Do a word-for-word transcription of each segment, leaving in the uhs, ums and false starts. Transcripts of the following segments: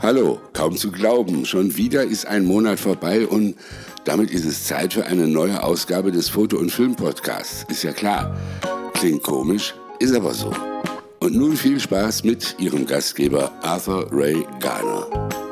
Hallo, kaum zu glauben, schon wieder ist ein Monat vorbei und damit ist es Zeit für eine neue Ausgabe des Foto- und Film-Podcasts. Ist ja klar, klingt komisch, ist aber so. Und nun viel Spaß mit Ihrem Gastgeber Arthur Ray Garner.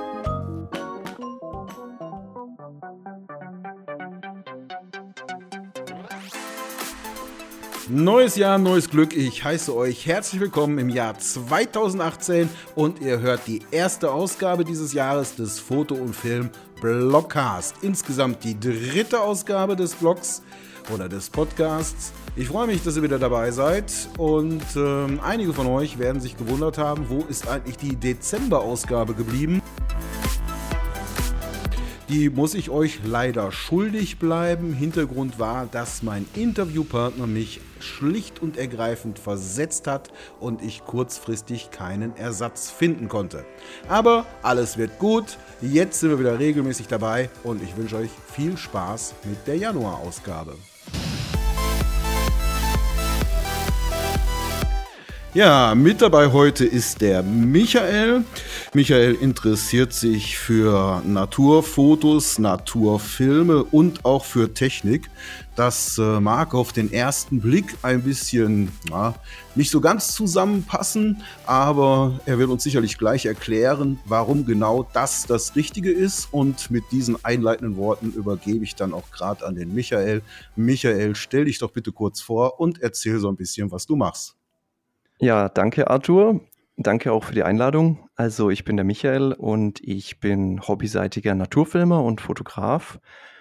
Neues Jahr, neues Glück. Ich heiße euch herzlich willkommen im Jahr zweitausendachtzehn und ihr hört die erste Ausgabe dieses Jahres des Foto- und Film-Blogcast. Insgesamt die dritte Ausgabe des Blogs oder des Podcasts. Ich freue mich, dass ihr wieder dabei seid und ähm, einige von euch werden sich gewundert haben, wo ist eigentlich die Dezember-Ausgabe geblieben? Die muss ich euch leider schuldig bleiben. Hintergrund war, dass mein Interviewpartner mich schlicht und ergreifend versetzt hat und ich kurzfristig keinen Ersatz finden konnte. Aber alles wird gut. Jetzt sind wir wieder regelmäßig dabei und ich wünsche euch viel Spaß mit der Januarausgabe. Ja, mit dabei heute ist der Michael. Michael interessiert sich für Naturfotos, Naturfilme und auch für Technik. Das äh, mag auf den ersten Blick ein bisschen ja, nicht so ganz zusammenpassen, aber er wird uns sicherlich gleich erklären, warum genau das das Richtige ist. Und mit diesen einleitenden Worten übergebe ich dann auch gerade an den Michael. Michael, stell dich doch bitte kurz vor und erzähl so ein bisschen, was du machst. Ja, danke Arthur. Danke auch für die Einladung. Also ich bin der Michael und ich bin hobbyseitiger Naturfilmer und Fotograf.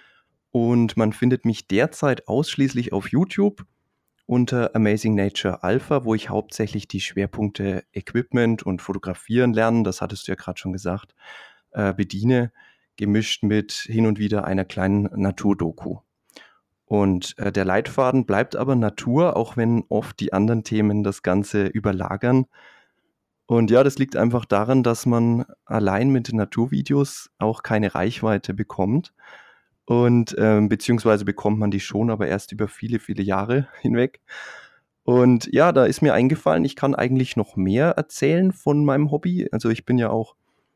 Und man findet mich derzeit ausschließlich auf YouTube unter Amazing Nature Alpha, wo ich hauptsächlich die Schwerpunkte Equipment und Fotografieren lernen, das hattest du ja gerade schon gesagt, äh, bediene, gemischt mit hin und wieder einer kleinen Naturdoku. Und äh, der Leitfaden bleibt aber Natur, auch wenn oft die anderen Themen das Ganze überlagern. Und ja, das liegt einfach daran, dass man allein mit Naturvideos auch keine Reichweite bekommt. Und ähm, beziehungsweise bekommt man die schon, aber erst über viele, viele Jahre hinweg. Und ja, da ist mir eingefallen, ich kann eigentlich noch mehr erzählen von meinem Hobby. Also ich bin ja auch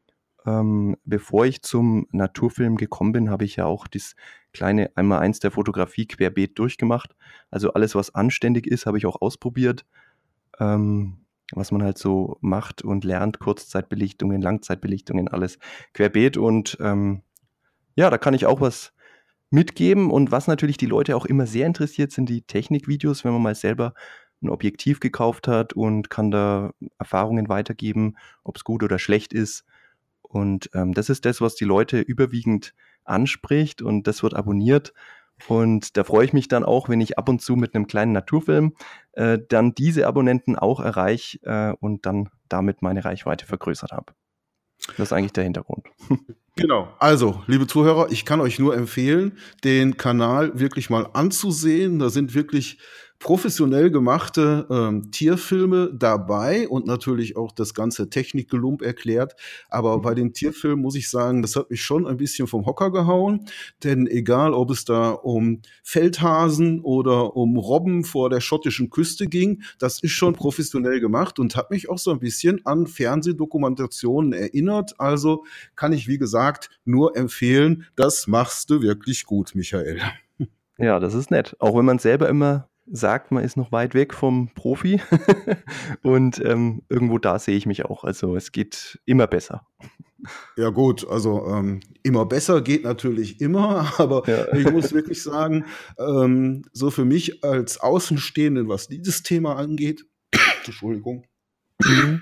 Ähm, bevor ich zum Naturfilm gekommen bin, habe ich ja auch das kleine Einmaleins der Fotografie querbeet durchgemacht. Also alles, was anständig ist, habe ich auch ausprobiert. Ähm, was man halt so macht und lernt, Kurzzeitbelichtungen, Langzeitbelichtungen, alles querbeet. Und ähm, ja, da kann ich auch was mitgeben. Und was natürlich die Leute auch immer sehr interessiert, sind die Technikvideos, wenn man mal selber ein Objektiv gekauft hat und kann da Erfahrungen weitergeben, ob es gut oder schlecht ist. Und ähm, das ist das, was die Leute überwiegend anspricht und das wird abonniert. Und da freue ich mich dann auch, wenn ich ab und zu mit einem kleinen Naturfilm äh, dann diese Abonnenten auch erreiche äh, und dann damit meine Reichweite vergrößert habe. Das ist eigentlich der Hintergrund. Genau. Also, liebe Zuhörer, ich kann euch nur empfehlen, den Kanal wirklich mal anzusehen. Da sind wirklich professionell gemachte ähm, Tierfilme dabei und natürlich auch das ganze Technikgelump erklärt. Aber bei den Tierfilmen muss ich sagen, das hat mich schon ein bisschen vom Hocker gehauen. Denn egal, ob es da um Feldhasen oder um Robben vor der schottischen Küste ging, das ist schon professionell gemacht und hat mich auch so ein bisschen an Fernsehdokumentationen erinnert. Also kann ich, wie gesagt, nur empfehlen, das machst du wirklich gut, Michael. Ja, das ist nett. Auch wenn man selber immer sagt, man ist noch weit weg vom Profi. Und ähm, irgendwo da sehe ich mich auch. Also es geht immer besser. Ja gut, also ähm, immer besser geht natürlich immer, aber ja. Ich muss wirklich sagen, ähm, so für mich als Außenstehenden, was dieses Thema angeht, Entschuldigung, mhm.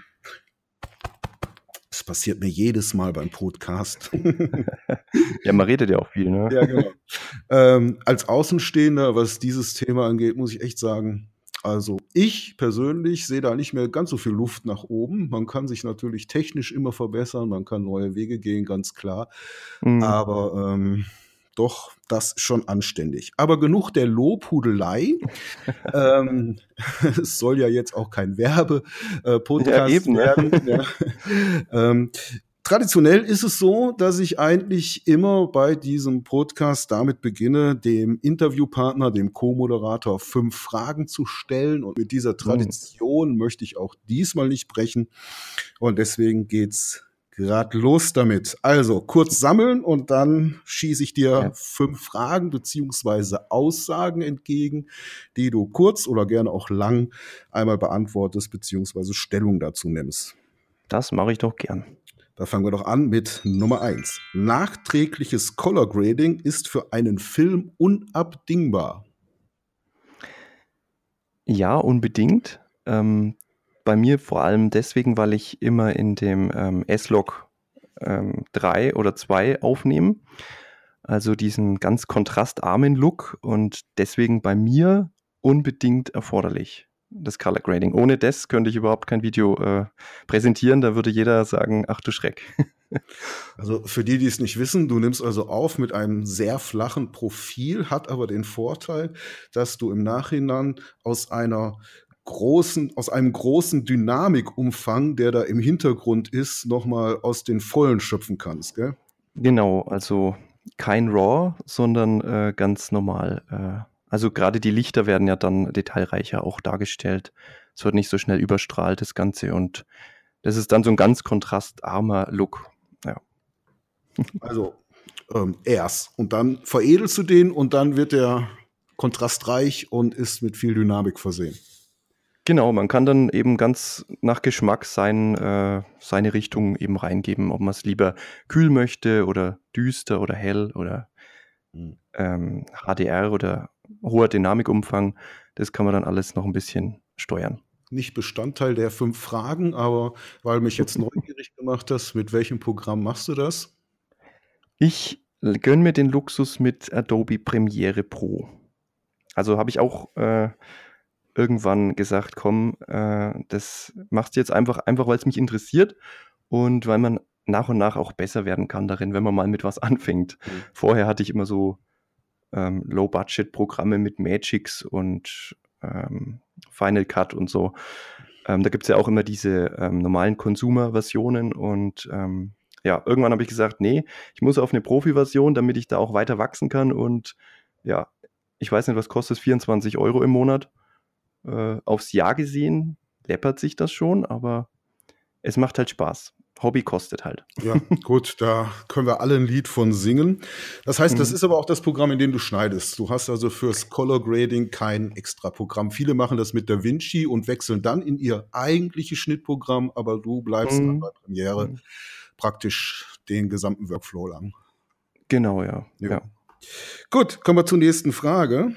Das passiert mir jedes Mal beim Podcast. Ja, man redet ja auch viel, ne? Ja, genau. Ähm, als Außenstehender, was dieses Thema angeht, muss ich echt sagen, also ich persönlich sehe da nicht mehr ganz so viel Luft nach oben. Man kann sich natürlich technisch immer verbessern, man kann neue Wege gehen, ganz klar. Mhm. Aber ähm, doch, das ist schon anständig. Aber genug der Lobhudelei. ähm, es soll ja jetzt auch kein Werbe-Podcast ja, werden. Ja. ähm, Traditionell ist es so, dass ich eigentlich immer bei diesem Podcast damit beginne, dem Interviewpartner, dem Co-Moderator fünf Fragen zu stellen. Und mit dieser Tradition mhm. möchte ich auch diesmal nicht brechen. Und deswegen geht's Grad los damit. Also kurz sammeln und dann schieße ich dir Ja. fünf Fragen beziehungsweise Aussagen entgegen, die du kurz oder gerne auch lang einmal beantwortest beziehungsweise Stellung dazu nimmst. Das mache ich doch gern. Da fangen wir doch an mit Nummer eins. Nachträgliches Color Grading ist für einen Film unabdingbar. Ja, unbedingt. Ähm, bei mir vor allem deswegen, weil ich immer in dem ähm, S-Log ähm, drei oder zwei aufnehme. Also diesen ganz kontrastarmen Look und deswegen bei mir unbedingt erforderlich, das Color Grading. Ohne das könnte ich überhaupt kein Video äh, präsentieren, da würde jeder sagen, ach du Schreck. Also für die, die es nicht wissen, du nimmst also auf mit einem sehr flachen Profil, hat aber den Vorteil, dass du im Nachhinein aus einer großen, aus einem großen Dynamikumfang, der da im Hintergrund ist, nochmal aus den Vollen schöpfen kannst, gell? Genau, also kein RAW, sondern äh, ganz normal. Äh, also gerade die Lichter werden ja dann detailreicher auch dargestellt. Es wird nicht so schnell überstrahlt, das Ganze. Und das ist dann so ein ganz kontrastarmer Look. Ja. Also ähm, erst und dann veredelst du den und dann wird der kontrastreich und ist mit viel Dynamik versehen. Genau, man kann dann eben ganz nach Geschmack sein, äh, seine Richtung eben reingeben, ob man es lieber kühl möchte oder düster oder hell oder Mhm. ähm, H D R oder hoher Dynamikumfang. Das kann man dann alles noch ein bisschen steuern. Nicht Bestandteil der fünf Fragen, aber weil mich jetzt neugierig gemacht hast, mit welchem Programm machst du das? Ich gönne mir den Luxus mit Adobe Premiere Pro. Also habe ich auch äh, irgendwann gesagt, komm, äh, das machst du jetzt einfach, einfach weil es mich interessiert und weil man nach und nach auch besser werden kann darin, wenn man mal mit was anfängt. Mhm. Vorher hatte ich immer so ähm, Low-Budget-Programme mit Magix und ähm, Final Cut und so. Ähm, da gibt es ja auch immer diese ähm, normalen Consumer-Versionen und ähm, ja, irgendwann habe ich gesagt, nee, ich muss auf eine Profi-Version, damit ich da auch weiter wachsen kann und ja, ich weiß nicht, was kostet es, vierundzwanzig Euro im Monat. Äh, aufs Jahr gesehen läppert sich das schon, aber es macht halt Spaß. Hobby kostet halt. Ja, gut, da können wir alle ein Lied von singen. Das heißt, das Mhm. ist aber auch das Programm, in dem du schneidest. Du hast also fürs Color Grading kein extra Programm. Viele machen das mit DaVinci und wechseln dann in ihr eigentliches Schnittprogramm, aber du bleibst dann Mhm. bei Premiere Mhm. praktisch den gesamten Workflow lang. Genau, ja. Jo. ja. Gut, kommen wir zur nächsten Frage.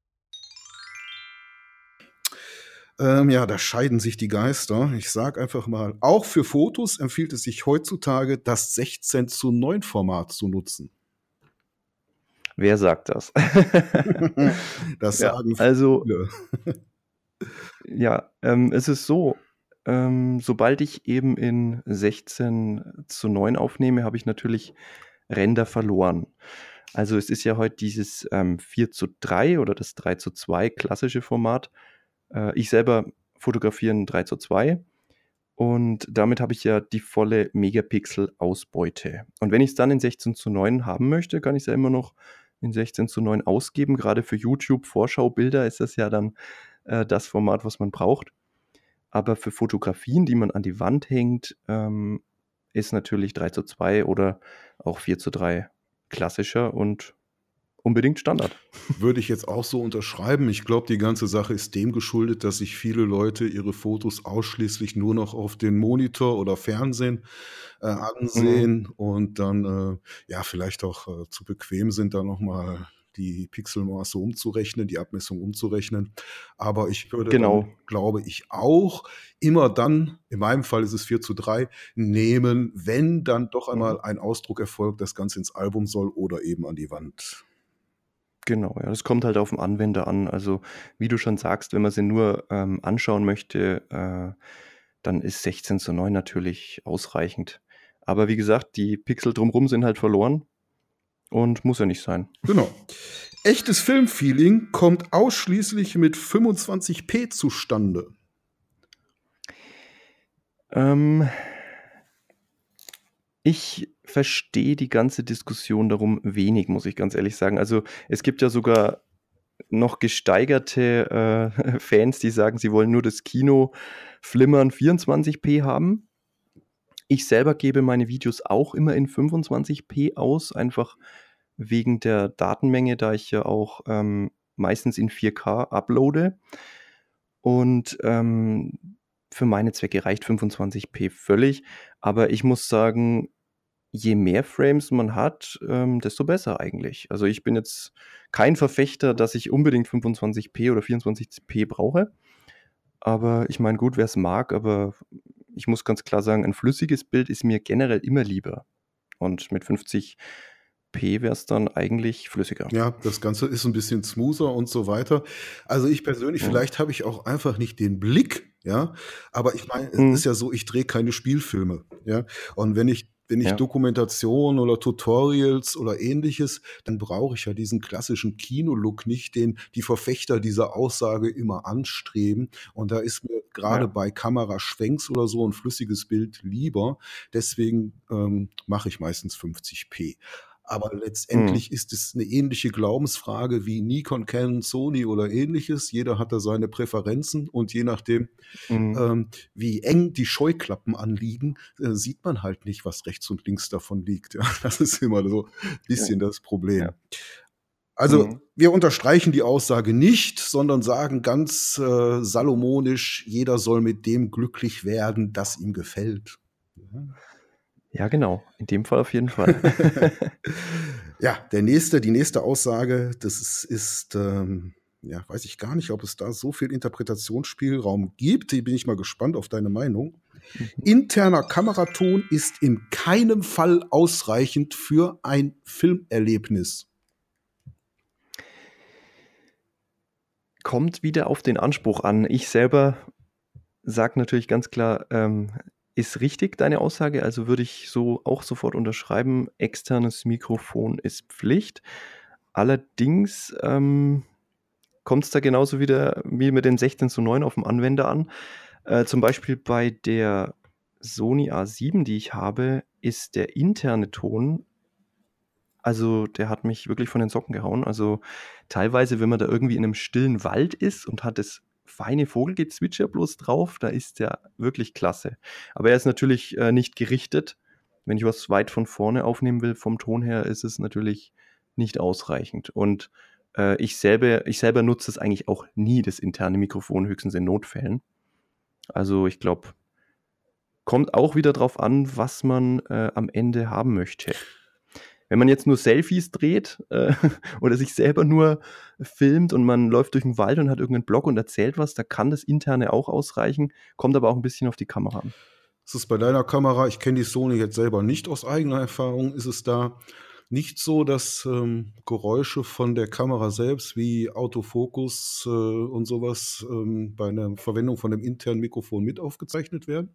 Ähm, ja, da scheiden sich die Geister. Ich sag einfach mal, auch für Fotos empfiehlt es sich heutzutage, das sechzehn zu neun Format zu nutzen. Wer sagt das? Das Ja, sagen also, viele. ja, ähm, es ist so, ähm, sobald ich eben in sechzehn zu neun aufnehme, habe ich natürlich Ränder verloren. Also es ist ja heute dieses ähm, vier zu drei oder das drei zu zwei klassische Format. Äh, ich selber fotografiere ein drei zu zwei und damit habe ich ja die volle Megapixel-Ausbeute. Und wenn ich es dann in sechzehn zu neun haben möchte, kann ich es ja immer noch in sechzehn zu neun ausgeben. Gerade für YouTube-Vorschaubilder ist das ja dann äh, das Format, was man braucht. Aber für Fotografien, die man an die Wand hängt, ähm, ist natürlich drei zu zwei oder auch vier zu drei klassischer und unbedingt Standard. Würde ich jetzt auch so unterschreiben. Ich glaube, die ganze Sache ist dem geschuldet, dass sich viele Leute ihre Fotos ausschließlich nur noch auf den Monitor oder Fernsehen äh, ansehen Mhm. und dann äh, ja vielleicht auch äh, zu bequem sind, da nochmal die Pixelmaße umzurechnen, die Abmessung umzurechnen. Aber ich würde Genau. dann, glaube ich, auch immer dann, in meinem Fall ist es vier zu drei, nehmen, wenn dann doch einmal Mhm. ein Ausdruck erfolgt, das Ganze ins Album soll oder eben an die Wand. Genau, ja, das kommt halt auf den Anwender an. Also, wie du schon sagst, wenn man sie nur ähm, anschauen möchte, äh, dann ist sechzehn zu neun natürlich ausreichend. Aber wie gesagt, die Pixel drumherum sind halt verloren und muss ja nicht sein. Genau. Echtes Filmfeeling kommt ausschließlich mit fünfundzwanzig p zustande. Ähm, ich verstehe die ganze Diskussion darum wenig, muss ich ganz ehrlich sagen. Also es gibt ja sogar noch gesteigerte äh, Fans, die sagen, sie wollen nur das Kino Flimmern vierundzwanzig p haben. Ich selber gebe meine Videos auch immer in fünfundzwanzig p aus, einfach wegen der Datenmenge, da ich ja auch ähm, meistens in vier K uploade. Und ähm, für meine Zwecke reicht fünfundzwanzig p völlig. Aber ich muss sagen, je mehr Frames man hat, ähm, desto besser eigentlich. Also ich bin jetzt kein Verfechter, dass ich unbedingt fünfundzwanzig p oder vierundzwanzig p brauche. Aber ich meine, gut, wer es mag, aber ich muss ganz klar sagen, ein flüssiges Bild ist mir generell immer lieber. Und mit fünfzig p wäre es dann eigentlich flüssiger. Ja, das Ganze ist ein bisschen smoother und so weiter. Also, ich persönlich Mhm. vielleicht habe ich auch einfach nicht den Blick, ja, aber ich meine, es Mhm. ist ja so, ich drehe keine Spielfilme, ja? Und wenn ich wenn ich Ja. Dokumentation oder Tutorials oder Ähnliches, dann brauche ich ja diesen klassischen Kino-Look nicht, den die Verfechter dieser Aussage immer anstreben. Und da ist mir grade Ja. bei Kameraschwenks oder so ein flüssiges Bild lieber. Deswegen, ähm, mache ich meistens fünfzig p. Aber Mhm. letztendlich ist es eine ähnliche Glaubensfrage wie Nikon, Canon, Sony oder Ähnliches. Jeder hat da seine Präferenzen und je nachdem, Mhm. ähm, wie eng die Scheuklappen anliegen, äh, sieht man halt nicht, was rechts und links davon liegt, ja. Das ist immer so ein Ja. bisschen das Problem. Ja. Also, Mhm. wir unterstreichen die Aussage nicht, sondern sagen ganz, äh, salomonisch: „Jeder soll mit dem glücklich werden, das ihm gefällt." Ja. Ja, genau. In dem Fall auf jeden Fall. Ja, der nächste die nächste Aussage, das ist ist, ähm ja, weiß ich gar nicht, ob es da so viel Interpretationsspielraum gibt. Da bin ich mal gespannt auf deine Meinung. Mhm. Interner Kameraton ist in keinem Fall ausreichend für ein Filmerlebnis. Kommt wieder auf den Anspruch an. Ich selber sage natürlich ganz klar, ähm, ist richtig deine Aussage, also würde ich so auch sofort unterschreiben, externes Mikrofon ist Pflicht. Allerdings ähm, kommt es da genauso wieder wie mit den sechzehn zu neun auf dem Anwender an. Äh, zum Beispiel bei der Sony A sieben, die ich habe, ist der interne Ton, also der hat mich wirklich von den Socken gehauen. Also teilweise, wenn man da irgendwie in einem stillen Wald ist und hat das feine Vogelgezwitscher bloß drauf, da ist der wirklich klasse. Aber er ist natürlich äh, nicht gerichtet. Wenn ich was weit von vorne aufnehmen will, vom Ton her, ist es natürlich nicht ausreichend. Und äh, ich, selber, ich selber nutze es eigentlich auch nie, das interne Mikrofon, höchstens in Notfällen. Also ich glaube, kommt auch wieder drauf an, was man äh, am Ende haben möchte. Wenn man jetzt nur Selfies dreht äh, oder sich selber nur filmt und man läuft durch den Wald und hat irgendeinen Blog und erzählt was, da kann das Interne auch ausreichen, kommt aber auch ein bisschen auf die Kamera an. Ist es bei deiner Kamera, ich kenne die Sony jetzt selber nicht aus eigener Erfahrung, ist es da nicht so, dass ähm, Geräusche von der Kamera selbst wie Autofokus äh, und sowas ähm, bei einer Verwendung von dem internen Mikrofon mit aufgezeichnet werden?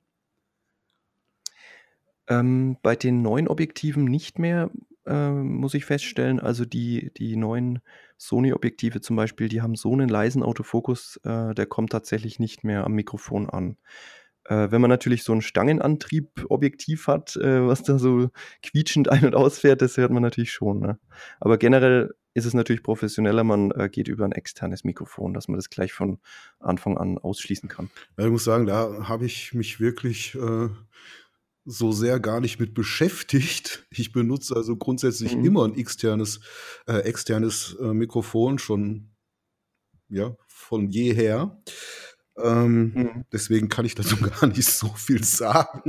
Ähm, bei den neuen Objektiven nicht mehr, ähm, muss ich feststellen. Also die, die neuen Sony-Objektive zum Beispiel, die haben so einen leisen Autofokus, äh, der kommt tatsächlich nicht mehr am Mikrofon an. Äh, wenn man natürlich so ein Stangenantrieb-Objektiv hat, äh, was da so quietschend ein- und ausfährt, das hört man natürlich schon. Ne? Aber generell ist es natürlich professioneller, man äh, geht über ein externes Mikrofon, dass man das gleich von Anfang an ausschließen kann. Ja, ich muss sagen, da habe ich mich wirklich äh, so sehr gar nicht mit beschäftigt. Ich benutze also grundsätzlich Mhm. immer ein externes, äh, externes äh, Mikrofon schon ja, von jeher. Ähm, Mhm. deswegen kann ich dazu gar nicht so viel sagen.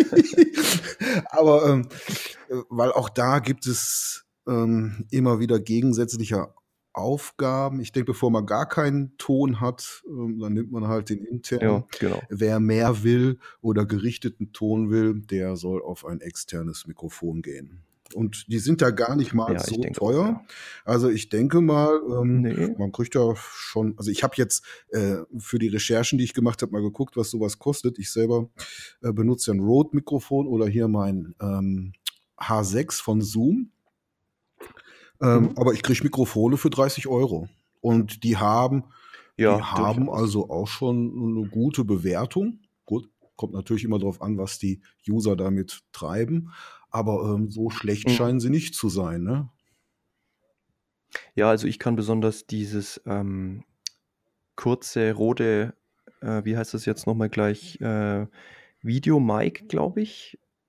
Aber ähm, äh, weil auch da gibt es ähm, immer wieder gegensätzliche Aufgaben. Ich denke, bevor man gar keinen Ton hat, ähm, dann nimmt man halt den internen. Ja, genau. Wer mehr will oder gerichteten Ton will, der soll auf ein externes Mikrofon gehen. Und die sind da gar nicht mal Ja, ich so denke auch, teuer. ja. Also ich denke mal, ähm, Nee. man kriegt da schon, also ich habe jetzt äh, für die Recherchen, die ich gemacht habe, mal geguckt, was sowas kostet. Ich selber äh, benutze ja ein Rode-Mikrofon oder hier mein ähm, H sechs von Zoom. Ähm, Mhm. aber ich kriege Mikrofone für dreißig Euro. Und die haben, die Ja, haben durchaus. also auch schon eine gute Bewertung. Gut, kommt natürlich immer darauf an, was die User damit treiben. Aber ähm, so schlecht Mhm. scheinen sie nicht zu sein, ne? Ja, also ich kann besonders dieses ähm, kurze, rote, äh, wie heißt das jetzt nochmal gleich, äh, Video-Mic, glaube ich,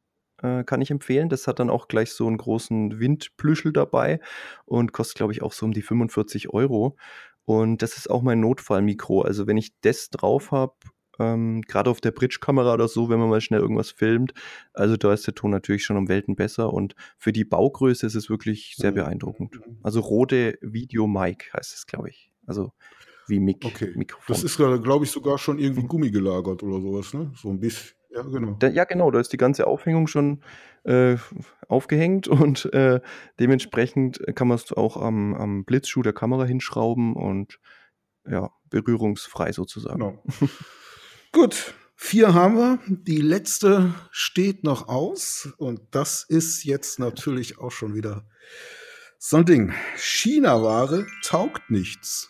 äh, kann ich empfehlen. Das hat dann auch gleich so einen großen Windplüschel dabei und kostet, glaube ich, auch so um die fünfundvierzig Euro. Und das ist auch mein Notfallmikro. Also wenn ich das drauf habe, ähm, gerade auf der Bridge-Kamera oder so, wenn man mal schnell irgendwas filmt, also da ist der Ton natürlich schon um Welten besser und für die Baugröße ist es wirklich sehr beeindruckend. Also Rode Video Mic heißt es, glaube ich. Also wie Mic, Okay. Mikrofon. Das ist, glaube ich, sogar schon irgendwie gummigelagert oder sowas, ne? So ein bisschen. Ja, genau. Da, ja, genau, da ist die ganze Aufhängung schon äh, aufgehängt und äh, dementsprechend kann man es auch am, am Blitzschuh der Kamera hinschrauben und ja, berührungsfrei sozusagen. Genau. Gut, vier haben wir. Die letzte steht noch aus und das ist jetzt natürlich auch schon wieder so ein Ding. China-Ware taugt nichts.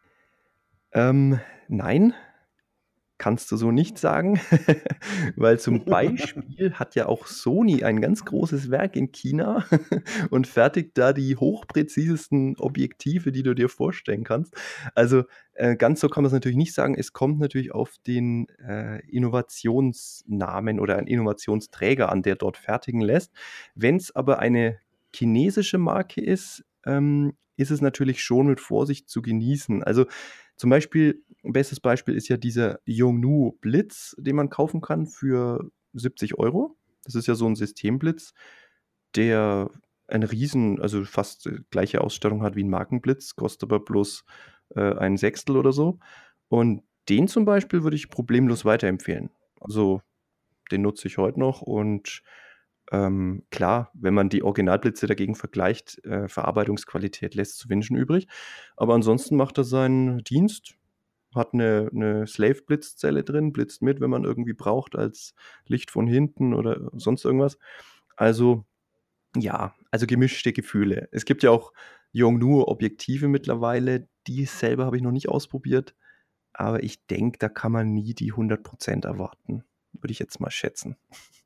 Ähm, nein, kannst du so nicht sagen, weil zum Beispiel hat ja auch Sony ein ganz großes Werk in China und fertigt da die hochpräzisesten Objektive, die du dir vorstellen kannst. Also äh, ganz so kann man es natürlich nicht sagen. Es kommt natürlich auf den äh, Innovationsnamen oder einen Innovationsträger an, der dort fertigen lässt. Wenn es aber eine chinesische Marke ist, ähm, ist es natürlich schon mit Vorsicht zu genießen. Also zum Beispiel, ein bestes Beispiel ist ja dieser Yongnuo Blitz, den man kaufen kann für siebzig Euro. Das ist ja so ein Systemblitz, der ein Riesen, also fast äh, gleiche Ausstattung hat wie ein Markenblitz, kostet aber bloß äh, ein Sechstel oder so. Und den zum Beispiel würde ich problemlos weiterempfehlen. Also den nutze ich heute noch und ähm, klar, wenn man die Originalblitze dagegen vergleicht, äh, Verarbeitungsqualität lässt zu wünschen übrig. Aber ansonsten macht er seinen Dienst, hat eine, eine Slave-Blitzzelle drin, blitzt mit, wenn man irgendwie braucht, als Licht von hinten oder sonst irgendwas. Also ja, also gemischte Gefühle. Es gibt ja auch Yongnuo-Objektive mittlerweile, die selber habe ich noch nicht ausprobiert, aber ich denke, da kann man nie die hundert Prozent erwarten, würde ich jetzt mal schätzen.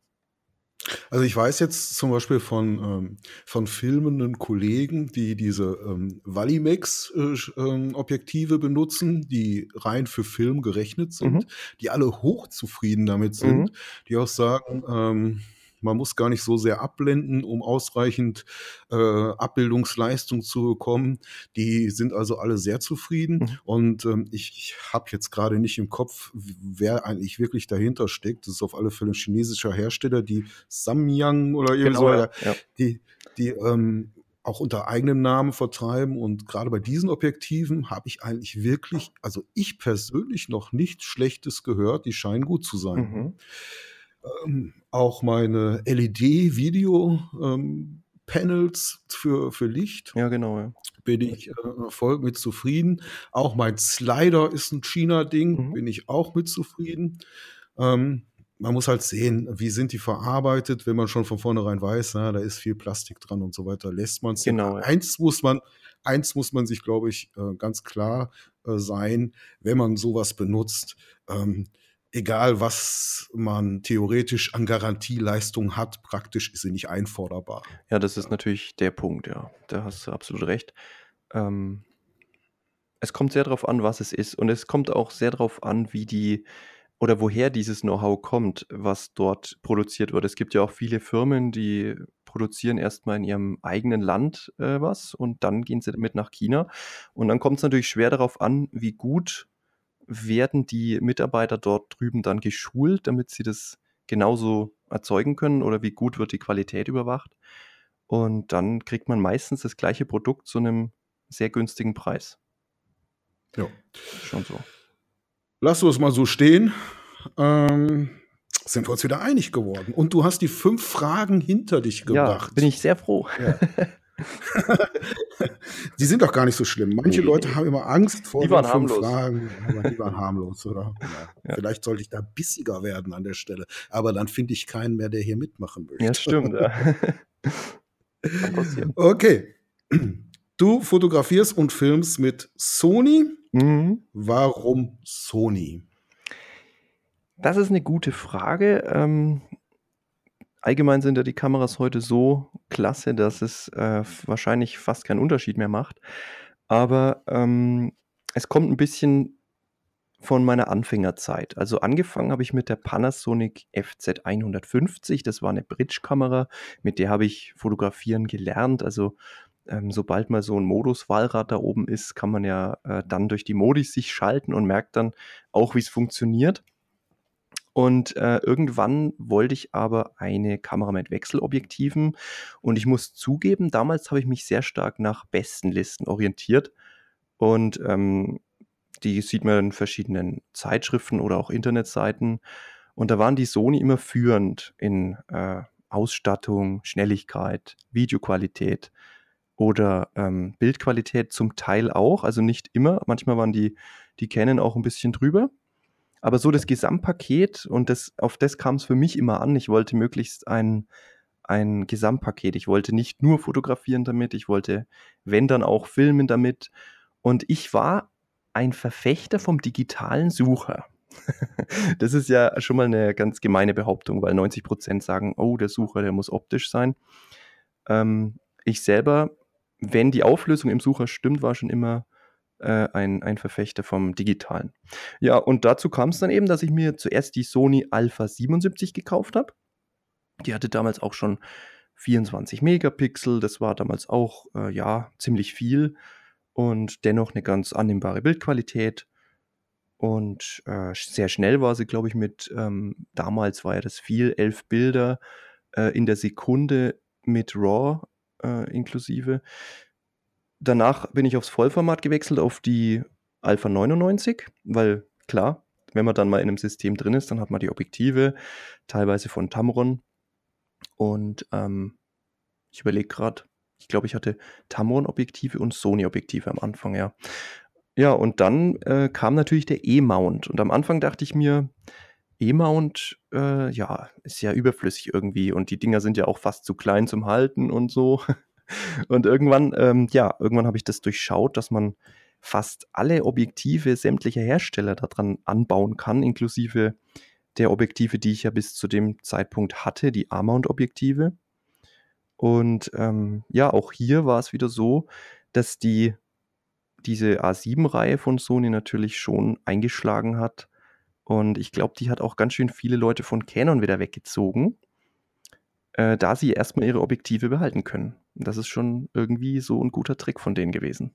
Also ich weiß jetzt zum Beispiel von, ähm, von filmenden Kollegen, die diese ähm, Valimax-Objektive äh, benutzen, die rein für Film gerechnet sind, Mhm. die alle hochzufrieden damit sind, Mhm. die auch sagen, ähm, man muss gar nicht so sehr abblenden, um ausreichend äh, Abbildungsleistung zu bekommen. Die sind also alle sehr zufrieden. Mhm. Und ähm, ich, ich habe jetzt gerade nicht im Kopf, wer eigentlich wirklich dahinter steckt. Das ist auf alle Fälle ein chinesischer Hersteller, die Samyang oder irgendwie Genau, so, ja, ja. die, die ähm, auch unter eigenem Namen vertreiben. Und gerade bei diesen Objektiven habe ich eigentlich wirklich, also ich persönlich noch nichts Schlechtes gehört. Die scheinen gut zu sein. Mhm. Ähm, auch meine L E D-Video-Panels für, für Licht Ja, genau, ja. bin ich äh, voll mit zufrieden. Auch mein Slider ist ein China-Ding, Mhm. bin ich auch mit zufrieden. Ähm, man muss halt sehen, wie sind die verarbeitet, wenn man schon von vornherein weiß, na, da ist viel Plastik dran und so weiter, lässt man es. Genau, ja. Eins muss man, eins muss man sich, glaube ich, äh, ganz klar äh, sein, wenn man sowas benutzt. Ähm, egal, was man theoretisch an Garantieleistung hat, praktisch ist sie nicht einforderbar. Ja, das ist natürlich der Punkt, ja. Da hast du absolut recht. Ähm, es kommt sehr darauf an, was es ist. Und es kommt auch sehr darauf an, wie die oder woher dieses Know-how kommt, was dort produziert wird. Es gibt ja auch viele Firmen, die produzieren erstmal in ihrem eigenen Land äh, was und dann gehen sie damit nach China. Und dann kommt es natürlich schwer darauf an, wie gut werden die Mitarbeiter dort drüben dann geschult, damit sie das genauso erzeugen können oder wie gut wird die Qualität überwacht. Und dann kriegt man meistens das gleiche Produkt zu einem sehr günstigen Preis. Ja. Schon so. Lass uns mal so stehen. Ähm, sind wir uns wieder einig geworden. Und du hast die fünf Fragen hinter dich gebracht. Ja, bin ich sehr froh. Ja. Die sind doch gar nicht so schlimm. Manche Nee. Leute haben immer Angst vor Die den waren fünf harmlos. Fragen. Aber die waren harmlos, oder? Ja. Ja. Vielleicht sollte ich da bissiger werden an der Stelle. Aber dann finde ich keinen mehr, der hier mitmachen möchte. Ja, stimmt. Ja. Kann passieren. Okay. Du fotografierst und filmst mit Sony. Mhm. Warum Sony? Das ist eine gute Frage. Ähm, allgemein sind ja die Kameras heute so klasse, dass es äh, wahrscheinlich fast keinen Unterschied mehr macht. Aber ähm, es kommt ein bisschen von meiner Anfängerzeit. Also angefangen habe ich mit der Panasonic F Z hundertfünfzig. Das war eine Bridge-Kamera, mit der habe ich fotografieren gelernt. Also ähm, sobald mal so ein Modus-Wahlrad da oben ist, kann man ja äh, dann durch die Modis sich schalten und merkt dann auch, wie es funktioniert. Und äh, irgendwann wollte ich aber eine Kamera mit Wechselobjektiven. Und ich muss zugeben, damals habe ich mich sehr stark nach Bestenlisten orientiert. Und ähm, die sieht man in verschiedenen Zeitschriften oder auch Internetseiten. Und da waren die Sony immer führend in äh, Ausstattung, Schnelligkeit, Videoqualität oder ähm, Bildqualität zum Teil auch. Also nicht immer. Manchmal waren die, die Canon auch ein bisschen drüber. Aber so das Gesamtpaket, und das, auf das kam es für mich immer an. Ich wollte möglichst ein, ein Gesamtpaket. Ich wollte nicht nur fotografieren damit, ich wollte, wenn dann auch filmen damit. Und ich war ein Verfechter vom digitalen Sucher. Das ist ja schon mal eine ganz gemeine Behauptung, weil neunzig Prozent sagen, oh, der Sucher, der muss optisch sein. Ähm, ich selber, wenn die Auflösung im Sucher stimmt, war schon immer äh, ein, ein Verfechter vom Digitalen. Ja, und dazu kam es dann eben, dass ich mir zuerst die Sony Alpha siebenundsiebzig gekauft habe. Die hatte damals auch schon vierundzwanzig Megapixel, das war damals auch, äh, ja, ziemlich viel und dennoch eine ganz annehmbare Bildqualität. Und äh, sehr schnell war sie, glaube ich, mit, ähm, damals war ja das viel, elf Bilder äh, in der Sekunde mit RAW äh, inklusive. Danach bin ich aufs Vollformat gewechselt, auf die Alpha neunundneunzig, weil klar, wenn man dann mal in einem System drin ist, dann hat man die Objektive, teilweise von Tamron. Und ähm, ich überlege gerade, ich glaube, ich hatte Tamron-Objektive und Sony-Objektive am Anfang, ja. Ja, und dann äh, kam natürlich der E-Mount. Und am Anfang dachte ich mir, E-Mount, äh, ja, ist ja überflüssig irgendwie. Und die Dinger sind ja auch fast zu klein zum Halten und so. Und irgendwann, ähm, ja, irgendwann habe ich das durchschaut, dass man fast alle Objektive sämtlicher Hersteller daran anbauen kann, inklusive der Objektive, die ich ja bis zu dem Zeitpunkt hatte, die A-Mount-Objektive. Und ähm, ja, auch hier war es wieder so, dass die diese A sieben Reihe von Sony natürlich schon eingeschlagen hat. Und ich glaube, die hat auch ganz schön viele Leute von Canon wieder weggezogen, äh, da sie erstmal ihre Objektive behalten können. Und das ist schon irgendwie so ein guter Trick von denen gewesen.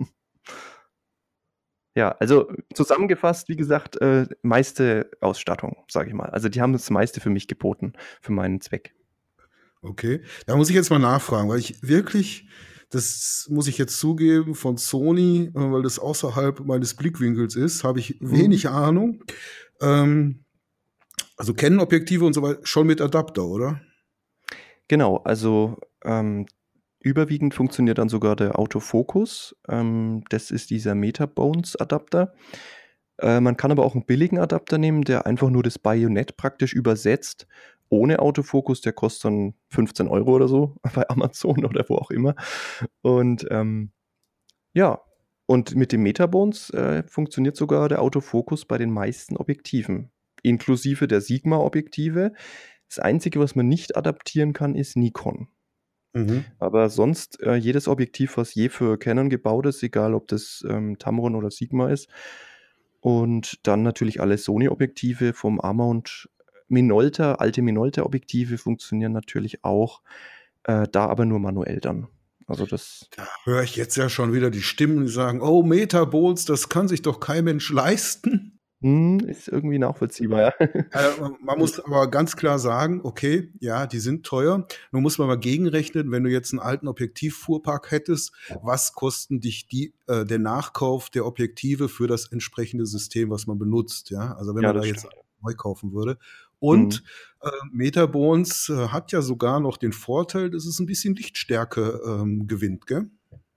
Ja, also zusammengefasst, wie gesagt, äh, meiste Ausstattung, sage ich mal. Also die haben das meiste für mich geboten, für meinen Zweck. Okay, da muss ich jetzt mal nachfragen, weil ich wirklich, das muss ich jetzt zugeben, von Sony, äh, weil das außerhalb meines Blickwinkels ist, habe ich wenig Ahnung. Ähm, also Canon-Objektive und so weiter, schon mit Adapter, oder? Genau, also ähm, überwiegend funktioniert dann sogar der Autofokus. Ähm, das ist dieser Metabones-Adapter. Äh, man kann aber auch einen billigen Adapter nehmen, der einfach nur das Bajonett praktisch übersetzt. Ohne Autofokus, der kostet dann fünfzehn Euro oder so bei Amazon oder wo auch immer. Und ähm, ja, und mit dem Metabones äh, funktioniert sogar der Autofokus bei den meisten Objektiven, inklusive der Sigma-Objektive. Das Einzige, was man nicht adaptieren kann, ist Nikon. Mhm. Aber sonst äh, jedes Objektiv, was je für Canon gebaut ist, egal ob das ähm, Tamron oder Sigma ist. Und dann natürlich alle Sony-Objektive vom A-Mount. Minolta, alte Minolta-Objektive funktionieren natürlich auch, äh, da aber nur manuell dann. Also das. Da höre ich jetzt ja schon wieder die Stimmen, die sagen, oh, Metabones, das kann sich doch kein Mensch leisten. Hm, ist irgendwie nachvollziehbar, ja. Äh, man muss aber ganz klar sagen, okay, ja, die sind teuer. Nun muss man mal gegenrechnen, wenn du jetzt einen alten Objektivfuhrpark hättest, was kosten dich die, äh, der Nachkauf der Objektive für das entsprechende System, was man benutzt, ja? Also wenn Ja, man da das jetzt stimmt. neu kaufen würde. Und äh, Metabones äh, hat ja sogar noch den Vorteil, dass es ein bisschen Lichtstärke ähm, gewinnt, gell?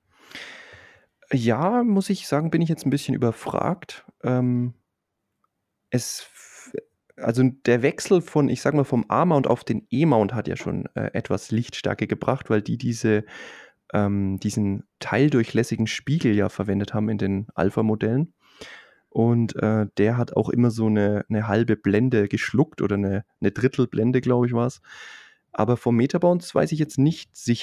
Ja, muss ich sagen, bin ich jetzt ein bisschen überfragt. Ähm, es, f- also der Wechsel von, ich sag mal, vom A-Mount auf den E-Mount hat ja schon äh, etwas Lichtstärke gebracht, weil die diese, ähm, diesen teildurchlässigen Spiegel ja verwendet haben in den Alpha-Modellen. Und äh, der hat auch immer so eine, eine halbe Blende geschluckt oder eine, eine Drittelblende, glaube ich, war es. Aber vom Metabones weiß ich jetzt nicht sicher,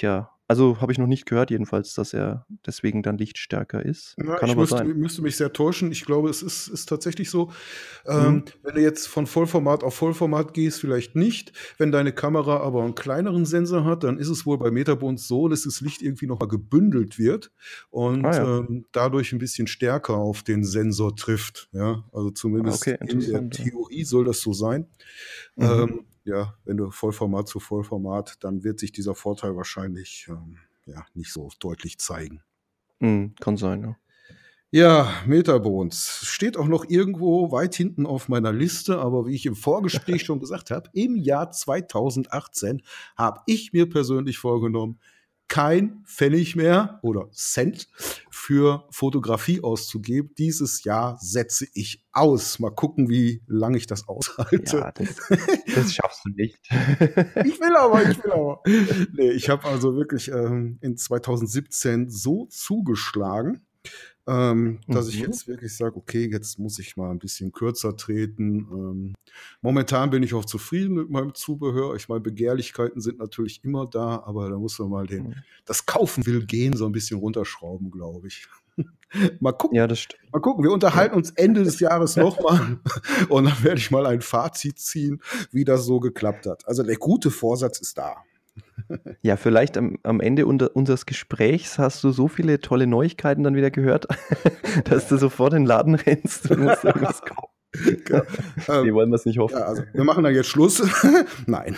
Also habe ich noch nicht gehört, jedenfalls, dass er deswegen dann lichtstärker ist. Ja, Kann ich aber müsste, sein. müsste mich sehr täuschen. Ich glaube, es ist, ist tatsächlich so. Ähm, Mhm. wenn du jetzt von Vollformat auf Vollformat gehst, vielleicht nicht. Wenn deine Kamera aber einen kleineren Sensor hat, dann ist es wohl bei Metabones so, dass das Licht irgendwie nochmal gebündelt wird Ah und ja. ähm, dadurch ein bisschen stärker auf den Sensor trifft. Ja, also Ah, zumindest okay, in der interessant. Ja. Theorie soll das so sein. Mhm. Ähm, ja, wenn du Vollformat zu Vollformat, dann wird sich dieser Vorteil wahrscheinlich ähm, ja, nicht so deutlich zeigen. Mhm, kann sein, ja. Ja, Metabones steht auch noch irgendwo weit hinten auf meiner Liste, aber wie ich im Vorgespräch schon gesagt habe, im Jahr zweitausendachtzehn habe ich mir persönlich vorgenommen, kein Pfennig mehr oder Cent für Fotografie auszugeben. Dieses Jahr setze ich aus. Mal gucken, wie lange ich das aushalte. Ja, das, das schaffst du nicht. Ich will aber, ich will aber. Nee, ich habe also wirklich ähm, in zweitausendsiebzehn so zugeschlagen, ähm, dass ich Mhm. jetzt wirklich sage, okay, jetzt muss ich mal ein bisschen kürzer treten. Ähm, momentan bin ich auch zufrieden mit meinem Zubehör. Ich meine, Begehrlichkeiten sind natürlich immer da, aber da muss man mal den, Mhm. das Kaufen will gehen, so ein bisschen runterschrauben, glaube ich. Mal gucken. Ja, das stimmt. Mal gucken, wir unterhalten Ja. uns Ende des Jahres nochmal und dann werde ich mal ein Fazit ziehen, wie das so geklappt hat. Also der gute Vorsatz ist da. Ja, vielleicht am, am Ende unter, unseres Gesprächs hast du so viele tolle Neuigkeiten dann wieder gehört, dass du sofort in den Laden rennst und musst irgendwas kaufen. Ja, Nee, ähm, wollen wir es nicht hoffen. ja, also wir machen dann jetzt Schluss. Nein.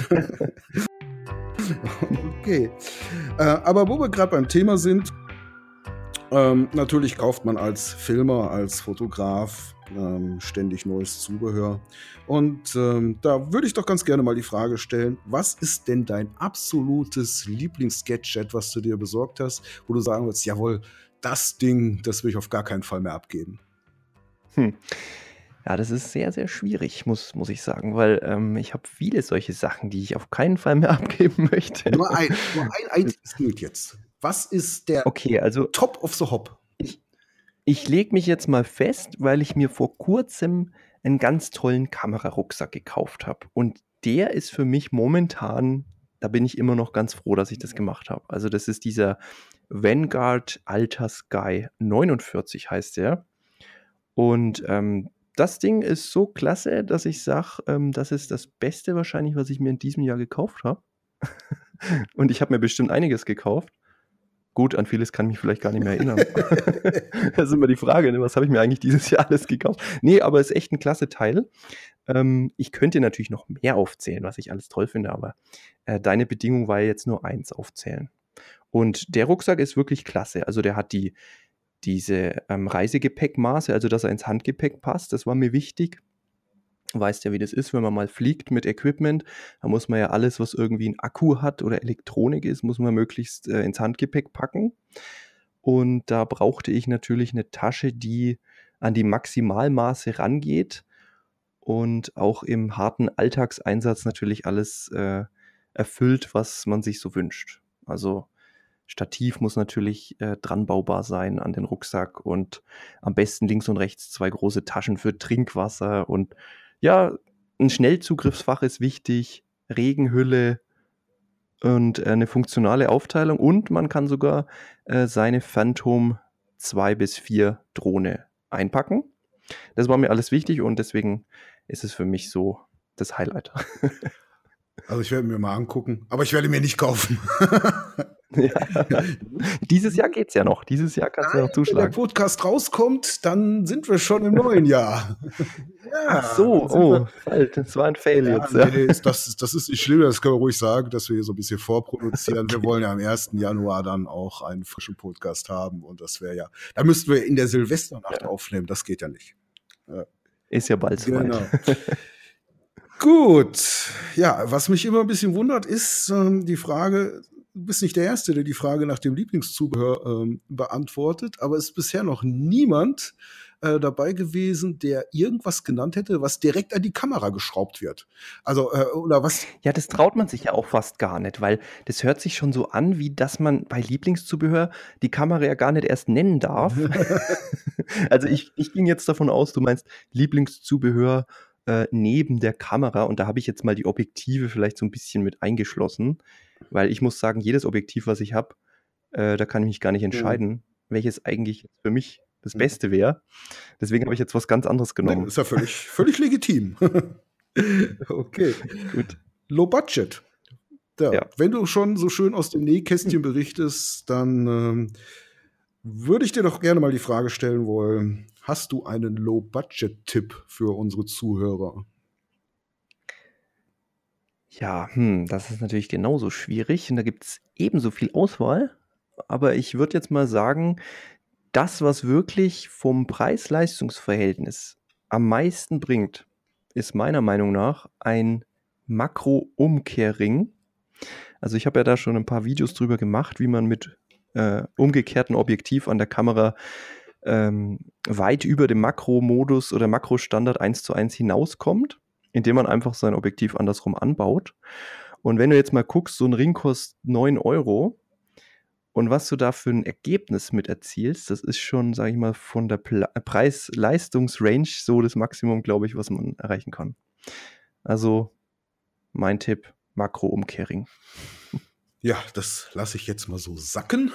Okay. Äh, aber wo wir gerade beim Thema sind, ähm, natürlich kauft man als Filmer, als Fotograf ähm, ständig neues Zubehör. Und ähm, da würde ich doch ganz gerne mal die Frage stellen, was ist denn dein absolutes Lieblings-Gadget, was du dir besorgt hast, wo du sagen würdest, jawohl, das Ding, das will ich auf gar keinen Fall mehr abgeben? Hm. Ja, das ist sehr, sehr schwierig, muss, muss ich sagen, weil ähm, ich habe viele solche Sachen, die ich auf keinen Fall mehr abgeben möchte. Nur ein, nur ein einziges gilt jetzt. Was ist der Okay, also Top of the Hop? ich, ich lege mich jetzt mal fest, weil ich mir vor kurzem einen ganz tollen Kamerarucksack gekauft habe. Und der ist für mich momentan, da bin ich immer noch ganz froh, dass ich das gemacht habe. Also das ist dieser Vanguard Alta Sky neunundvierzig heißt der. Und ähm, das Ding ist so klasse, dass ich sage, ähm, das ist das Beste wahrscheinlich, was ich mir in diesem Jahr gekauft habe. Und ich habe mir bestimmt einiges gekauft. Gut, an vieles kann ich mich vielleicht gar nicht mehr erinnern. Das ist immer die Frage, ne? Was habe ich mir eigentlich dieses Jahr alles gekauft? Nee, aber es ist echt ein klasse Teil. Ähm, ich könnte natürlich noch mehr aufzählen, was ich alles toll finde, aber äh, deine Bedingung war ja jetzt nur eins aufzählen. Und der Rucksack ist wirklich klasse. Also der hat die, diese ähm, Reisegepäckmaße, also dass er ins Handgepäck passt, das war mir wichtig. Weißt ja, wie das ist, wenn man mal fliegt mit Equipment. Da muss man ja alles, was irgendwie einen Akku hat oder Elektronik ist, muss man möglichst äh, ins Handgepäck packen. Und da brauchte ich natürlich eine Tasche, die an die Maximalmaße rangeht und auch im harten Alltagseinsatz natürlich alles äh, erfüllt, was man sich so wünscht. Also Stativ muss natürlich äh, dranbaubar sein an den Rucksack und am besten links und rechts zwei große Taschen für Trinkwasser und ja, ein Schnellzugriffsfach ist wichtig, Regenhülle und äh, eine funktionale Aufteilung und man kann sogar äh, seine Phantom zwei bis vier Drohne einpacken. Das war mir alles wichtig und deswegen ist es für mich so das Highlight. Also ich werde mir mal angucken, aber ich werde mir nicht kaufen. Ja. Dieses Jahr geht's ja noch. Dieses Jahr kannst du ja noch Wenn der zuschlagen. Podcast rauskommt, dann sind wir schon im neuen Jahr. Ja, Ach so, dann sind oh, wir- falsch. Das war ein Fail Ja, jetzt. Ja. nee, ist- das, ist- das ist nicht schlimm, das können wir ruhig sagen, dass wir hier so ein bisschen vorproduzieren. Wir wollen ja am ersten Januar dann auch einen frischen Podcast haben und das wäre ja, da müssten wir in der Silvesternacht Ja. aufnehmen, das geht ja nicht. Ist ja bald soweit. Genau. Gut, ja, was mich immer ein bisschen wundert, ist ähm, die Frage, du bist nicht der Erste, der die Frage nach dem Lieblingszubehör ähm, beantwortet, aber es ist bisher noch niemand äh, dabei gewesen, der irgendwas genannt hätte, was direkt an die Kamera geschraubt wird. Also, äh, oder was, Ja, das traut man sich ja auch fast gar nicht, weil das hört sich schon so an, wie dass man bei Lieblingszubehör die Kamera ja gar nicht erst nennen darf. Also ich, ich ging jetzt davon aus, du meinst Lieblingszubehör äh, neben der Kamera und da habe ich jetzt mal die Objektive vielleicht so ein bisschen mit eingeschlossen. Weil ich muss sagen, jedes Objektiv, was ich habe, äh, da kann ich mich gar nicht entscheiden, mhm. welches eigentlich für mich das mhm. Beste wäre. Deswegen habe ich jetzt was ganz anderes genommen. Nee, ist ja völlig, völlig legitim. Okay. Gut. Low Budget. Ja, ja. Wenn du schon so schön aus dem Nähkästchen berichtest, dann ähm, würde ich dir doch gerne mal die Frage stellen wollen, hast du einen Low-Budget-Tipp für unsere Zuhörer? Ja, hm, das ist natürlich genauso schwierig und da gibt es ebenso viel Auswahl. Aber ich würde jetzt mal sagen, das, was wirklich vom Preis-Leistungs-Verhältnis am meisten bringt, ist meiner Meinung nach ein Makro-Umkehrring. Also ich habe ja da schon ein paar Videos drüber gemacht, wie man mit äh, umgekehrten Objektiv an der Kamera ähm, weit über dem Makro-Modus oder Makro-Standard eins zu eins hinauskommt, indem man einfach sein Objektiv andersrum anbaut. Und wenn du jetzt mal guckst, so ein Ring kostet neun Euro und was du da für ein Ergebnis mit erzielst, das ist schon, sage ich mal, von der Pla- Preis-Leistungs-Range so das Maximum, glaube ich, was man erreichen kann. Also mein Tipp, Makro-Umkehrring. Ja, das lasse ich jetzt mal so sacken.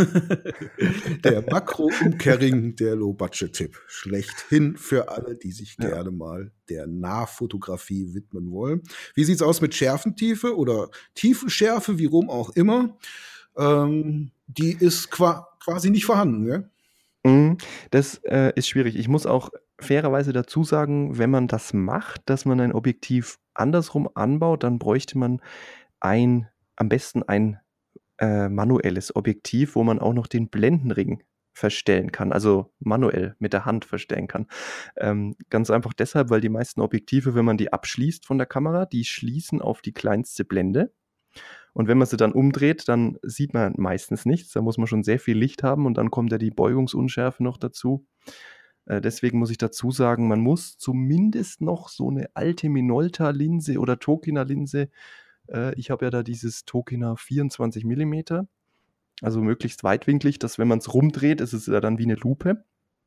Der Makro-Umkehrring, der Low-Budget-Tipp. Schlechthin für alle, die sich ja. gerne mal der Nahfotografie widmen wollen. Wie sieht es aus mit Schärfentiefe oder Tiefenschärfe, wie rum auch immer? Ähm, die ist qua- quasi nicht vorhanden, ne? Das äh, ist schwierig. Ich muss auch fairerweise dazu sagen, wenn man das macht, dass man ein Objektiv andersrum anbaut, dann bräuchte man ein, am besten ein äh, manuelles Objektiv, wo man auch noch den Blendenring verstellen kann, also manuell mit der Hand verstellen kann. Ähm, ganz einfach deshalb, weil die meisten Objektive, wenn man die abschließt von der Kamera, die schließen auf die kleinste Blende. Und wenn man sie dann umdreht, dann sieht man meistens nichts. Da muss man schon sehr viel Licht haben und dann kommt ja die Beugungsunschärfe noch dazu. Äh, deswegen muss ich dazu sagen, man muss zumindest noch so eine alte Minolta-Linse oder Tokina-Linse, äh, ich habe ja da dieses Tokina vierundzwanzig Millimeter, also möglichst weitwinklig, dass wenn man es rumdreht, ist es ja dann wie eine Lupe.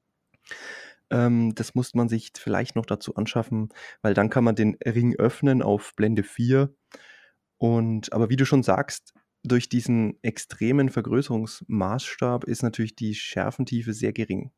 Ähm, das muss man sich vielleicht noch dazu anschaffen, weil dann kann man den Ring öffnen auf Blende vier. Und, aber wie du schon sagst, durch diesen extremen Vergrößerungsmaßstab ist natürlich die Schärfentiefe sehr gering.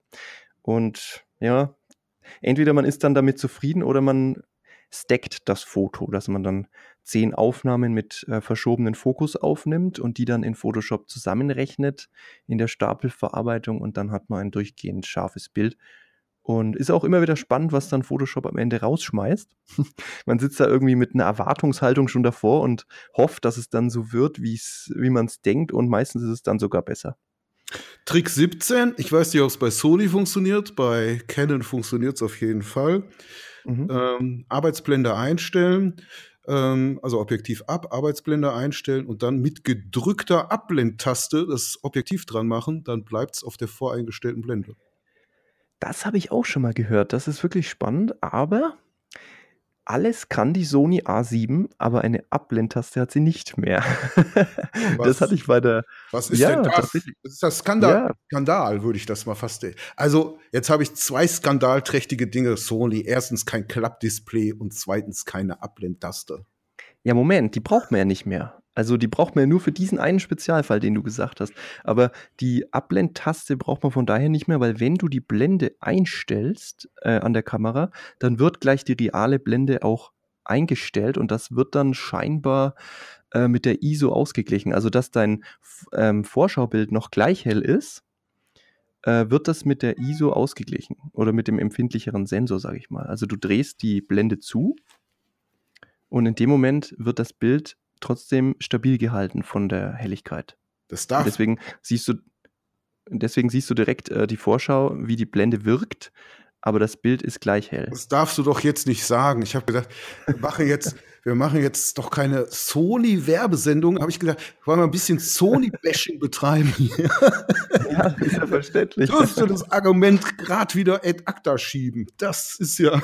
Und ja, entweder man ist dann damit zufrieden oder man stackt das Foto, dass man dann zehn Aufnahmen mit äh, verschobenen Fokus aufnimmt und die dann in Photoshop zusammenrechnet in der Stapelverarbeitung und dann hat man ein durchgehend scharfes Bild. Und ist auch immer wieder spannend, was dann Photoshop am Ende rausschmeißt. Man sitzt da irgendwie mit einer Erwartungshaltung schon davor und hofft, dass es dann so wird, wie's, wie man es denkt. Und meistens ist es dann sogar besser. Trick siebzehn, ich weiß nicht, ob es bei Sony funktioniert, bei Canon funktioniert es auf jeden Fall. Mhm. Ähm, Arbeitsblende einstellen, ähm, also Objektiv ab, Arbeitsblende einstellen und dann mit gedrückter Abblendtaste das Objektiv dran machen, dann bleibt es auf der voreingestellten Blende. Das habe ich auch schon mal gehört. Das ist wirklich spannend, aber alles kann die Sony A sieben, aber eine Abblendtaste hat sie nicht mehr. Was, das hatte ich bei der... Was ist ja, denn das? Das ist das Skandal, ja. Skandal, würde ich das mal fast... Also, jetzt habe ich zwei skandalträchtige Dinge Sony. Erstens kein Klappdisplay und zweitens keine Abblendtaste. Ja, Moment, die braucht man ja nicht mehr. Also die braucht man ja nur für diesen einen Spezialfall, den du gesagt hast. Aber die Abblendtaste braucht man von daher nicht mehr, weil wenn du die Blende einstellst äh, an der Kamera, dann wird gleich die reale Blende auch eingestellt und das wird dann scheinbar äh, mit der I S O ausgeglichen. Also dass dein ähm, Vorschaubild noch gleich hell ist, äh, wird das mit der I S O ausgeglichen oder mit dem empfindlicheren Sensor, sage ich mal. Also du drehst die Blende zu und in dem Moment wird das Bild trotzdem stabil gehalten von der Helligkeit. Das darf. Deswegen siehst du, deswegen siehst du direkt äh, die Vorschau, wie die Blende wirkt, aber das Bild ist gleich hell. Das darfst du doch jetzt nicht sagen. Ich habe gedacht, wir machen jetzt, wir machen jetzt doch keine Sony-Werbesendung. Habe ich gedacht, wollen wir ein bisschen Sony-Bashing betreiben hier? Ja, ist ja verständlich. Tust du das Argument gerade wieder ad acta schieben? Das ist ja...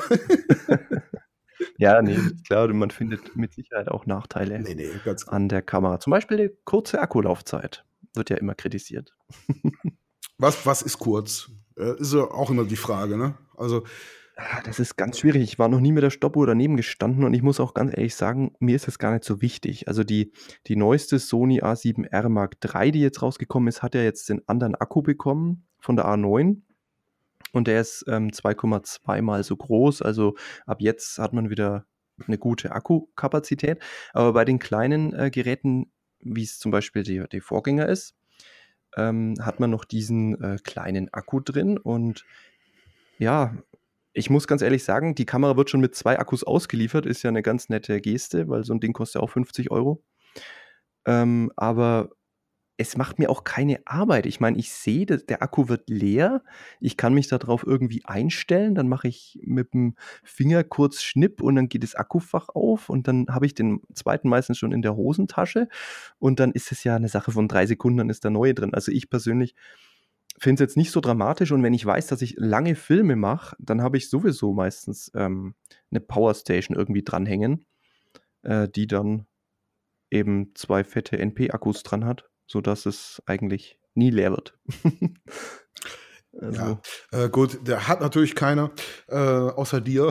Ja, nee, klar, man findet mit Sicherheit auch Nachteile nee, nee, ganz an der Kamera. Zum Beispiel die kurze Akkulaufzeit wird ja immer kritisiert. Was, was ist kurz? Ist ja auch immer die Frage, ne? Also Ah, das ist ganz schwierig. Ich war noch nie mit der Stoppuhr daneben gestanden und ich muss auch ganz ehrlich sagen, mir ist das gar nicht so wichtig. Also die, die neueste Sony A sieben R Mark drei, die jetzt rausgekommen ist, hat ja jetzt den anderen Akku bekommen von der A neun und der ist ähm, zwei Komma zwei mal so groß. Also ab jetzt hat man wieder eine gute Akkukapazität. Aber bei den kleinen äh, Geräten, wie es zum Beispiel die, die Vorgänger ist, ähm, hat man noch diesen äh, kleinen Akku drin und ja, ich muss ganz ehrlich sagen, die Kamera wird schon mit zwei Akkus ausgeliefert, ist ja eine ganz nette Geste, weil so ein Ding kostet ja auch fünfzig Euro. Ähm, aber es macht mir auch keine Arbeit. Ich meine, ich sehe, dass der Akku wird leer. Ich kann mich darauf irgendwie einstellen. Dann mache ich mit dem Finger kurz Schnipp und dann geht das Akkufach auf und dann habe ich den zweiten meistens schon in der Hosentasche und dann ist es ja eine Sache von drei Sekunden, dann ist der neue drin. Also ich persönlich finde es jetzt nicht so dramatisch und wenn ich weiß, dass ich lange Filme mache, dann habe ich sowieso meistens ähm, eine Powerstation irgendwie dranhängen, äh, die dann eben zwei fette N P-Akkus dran hat, sodass es eigentlich nie leer wird. Also. Ja, äh, gut, der hat natürlich keiner, äh, außer dir.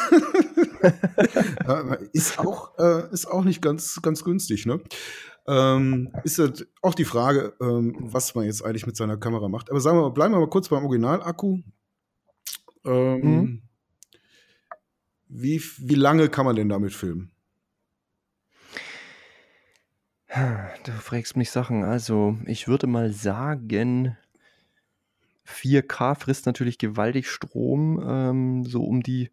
ist, auch, äh, ist auch nicht ganz, ganz günstig, ne? Ähm, ist halt auch die Frage, ähm, was man jetzt eigentlich mit seiner Kamera macht. Aber sagen wir mal, bleiben wir mal kurz beim Originalakku. Ähm, mhm. wie, wie lange kann man denn damit filmen? Du fragst mich Sachen. Also, ich würde mal sagen, vier K frisst natürlich gewaltig Strom, ähm, so um die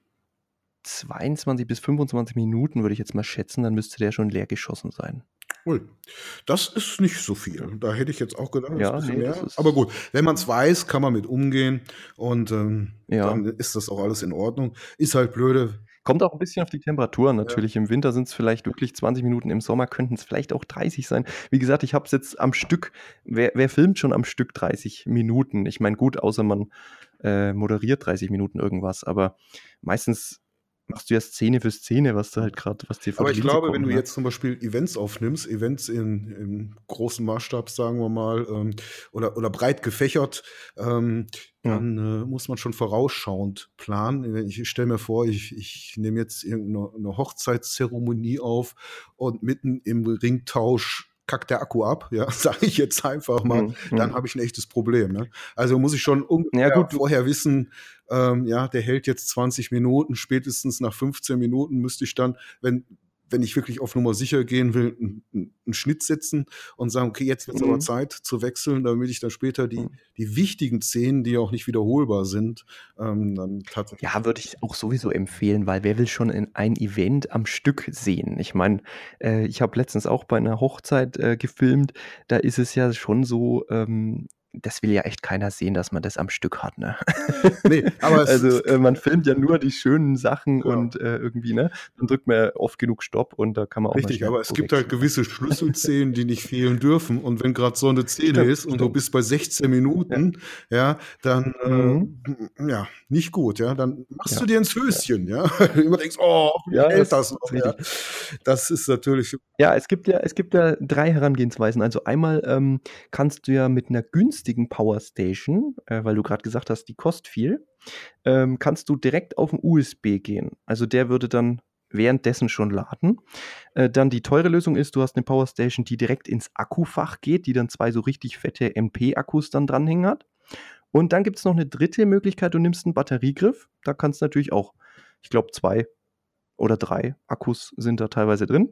zweiundzwanzig bis fünfundzwanzig Minuten würde ich jetzt mal schätzen, dann müsste der schon leer geschossen sein. Ui, das ist nicht so viel. Da hätte ich jetzt auch gedacht, ja, ein bisschen nee, mehr. Aber gut, wenn man es weiß, kann man mit umgehen und ähm, ja. dann ist das auch alles in Ordnung. Ist halt blöde. Kommt auch ein bisschen auf die Temperatur natürlich. Ja. Im Winter sind es vielleicht wirklich zwanzig Minuten, im Sommer könnten es vielleicht auch dreißig sein. Wie gesagt, ich habe es jetzt am Stück, wer, wer filmt schon am Stück dreißig Minuten? Ich meine, gut, außer man äh, moderiert dreißig Minuten irgendwas, aber meistens machst du ja Szene für Szene, was du halt gerade, was dir vor Aber ich Linse glaube, kommt, wenn du ne? jetzt zum Beispiel Events aufnimmst, Events in, im großen Maßstab, sagen wir mal, ähm, oder, oder breit gefächert, ähm, ja. dann äh, muss man schon vorausschauend planen. Ich, ich stelle mir vor, ich, ich nehme jetzt irgendeine eine Hochzeitszeremonie auf und mitten im Ringtausch kackt der Akku ab, ja, sage ich jetzt einfach mal, mhm. dann habe ich ein echtes Problem. Ne? Also muss ich schon ungefähr ja, gut, vorher wissen, ähm, ja, der hält jetzt zwanzig Minuten, spätestens nach fünfzehn Minuten müsste ich dann, wenn wenn ich wirklich auf Nummer sicher gehen will, einen, einen Schnitt setzen und sagen, okay, jetzt wird es mhm. aber Zeit zu wechseln, damit ich dann später die, die wichtigen Szenen, die auch nicht wiederholbar sind, ähm, dann tatsächlich... Ja, würde ich auch sowieso empfehlen, weil wer will schon in ein Event am Stück sehen? Ich meine, äh, ich habe letztens auch bei einer Hochzeit äh, gefilmt, da ist es ja schon so... Ähm, das will ja echt keiner sehen, dass man das am Stück hat, ne? Nee, aber es also äh, man filmt ja nur die schönen Sachen genau. und äh, irgendwie, ne? Dann drückt man oft genug Stopp und da kann man auch Richtig, mal aber es gibt halt gewisse Schlüsselszenen, die nicht fehlen dürfen und wenn gerade so eine Szene stimmt, ist und stimmt. du bist bei sechzehn Minuten, ja, ja dann mhm. äh, ja, nicht gut, ja, dann machst ja. du dir ins Höschen, ja, ja. du immer denkst, oh, wie ja, hält das, das noch, ja. Das ist natürlich... Ja, es gibt ja, es gibt ja drei Herangehensweisen. Also einmal ähm, kannst du ja mit einer günstigen Powerstation, äh, weil du gerade gesagt hast, die kostet viel, ähm, kannst du direkt auf den U S B gehen. Also der würde dann währenddessen schon laden. Äh, dann die teure Lösung ist, du hast eine Powerstation, die direkt ins Akkufach geht, die dann zwei so richtig fette N P-Akkus dann dranhängen hat. Und dann gibt es noch eine dritte Möglichkeit, du nimmst einen Batteriegriff. Da kannst du natürlich auch, ich glaube, zwei oder drei Akkus sind da teilweise drin.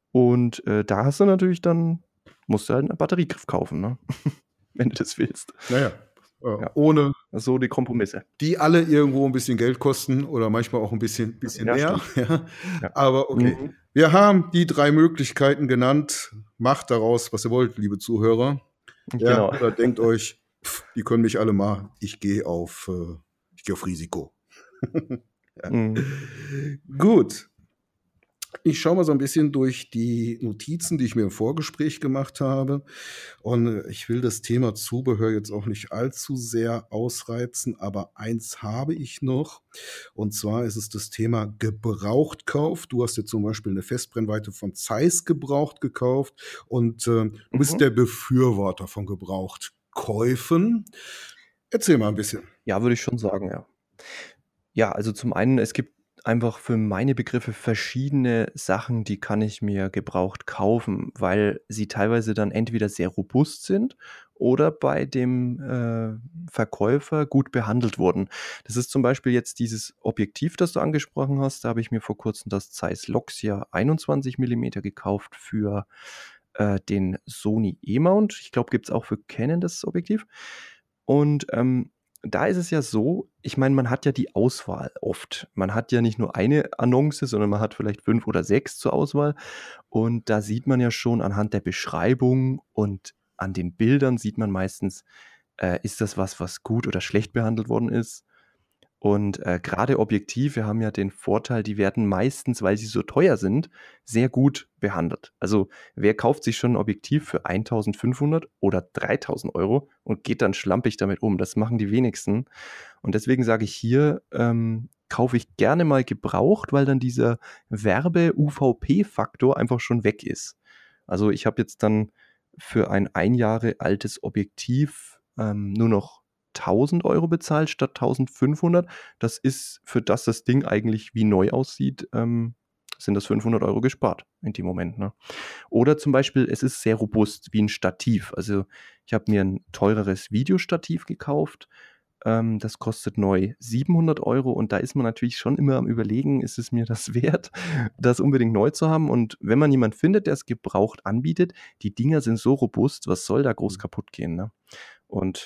Und äh, da hast du natürlich dann, musst du halt einen Batteriegriff kaufen, ne? Wenn du das willst. Naja, äh, ja. ohne so die Kompromisse. Die alle irgendwo ein bisschen Geld kosten oder manchmal auch ein bisschen, bisschen ja, mehr. Ja. Ja. Aber okay, mhm. wir haben die drei Möglichkeiten genannt. Macht daraus, was ihr wollt, liebe Zuhörer. Ja, genau. Oder denkt euch, pff, die können mich alle mal. Ich gehe auf, äh, ich gehe auf Risiko. ja. mhm. Gut. Ich schaue mal so ein bisschen durch die Notizen, die ich mir im Vorgespräch gemacht habe. Und ich will das Thema Zubehör jetzt auch nicht allzu sehr ausreizen, aber eins habe ich noch. Und zwar ist es das Thema Gebrauchtkauf. Du hast dir zum Beispiel eine Festbrennweite von Zeiss gebraucht gekauft und äh, du mhm. bist der Befürworter von Gebrauchtkäufen. Erzähl mal ein bisschen. Ja, würde ich schon sagen, ja. Ja, also zum einen, es gibt einfach für meine Begriffe verschiedene Sachen, die kann ich mir gebraucht kaufen, weil sie teilweise dann entweder sehr robust sind oder bei dem äh, Verkäufer gut behandelt wurden. Das ist zum Beispiel jetzt dieses Objektiv, das du angesprochen hast. Da habe ich mir vor kurzem das Zeiss Loxia einundzwanzig Millimeter gekauft für äh, den Sony E-Mount. Ich glaube, gibt es auch für Canon das Objektiv. Und ähm, da ist es ja so, ich meine, man hat ja die Auswahl oft. Man hat ja nicht nur eine Annonce, sondern man hat vielleicht fünf oder sechs zur Auswahl. Und da sieht man ja schon anhand der Beschreibung und an den Bildern sieht man meistens, äh, ist das was, was gut oder schlecht behandelt worden ist. Und äh, gerade Objektive haben ja den Vorteil, die werden meistens, weil sie so teuer sind, sehr gut behandelt. Also wer kauft sich schon ein Objektiv für eintausendfünfhundert oder dreitausend Euro und geht dann schlampig damit um? Das machen die wenigsten. Und deswegen sage ich hier, ähm, kaufe ich gerne mal gebraucht, weil dann dieser Werbe-U V P-Faktor einfach schon weg ist. Also ich habe jetzt dann für ein ein Jahre altes Objektiv ähm, nur noch tausend Euro bezahlt statt eintausendfünfhundert. Das ist, für das das Ding eigentlich wie neu aussieht, ähm, sind das fünfhundert Euro gespart in dem Moment. Ne? Oder zum Beispiel, es ist sehr robust, wie ein Stativ. Also ich habe mir ein teureres Videostativ gekauft. Ähm, das kostet neu siebenhundert Euro und da ist man natürlich schon immer am Überlegen, ist es mir das wert, das unbedingt neu zu haben? Und wenn man jemanden findet, der es gebraucht anbietet, die Dinger sind so robust, was soll da groß kaputt gehen? Ne? Und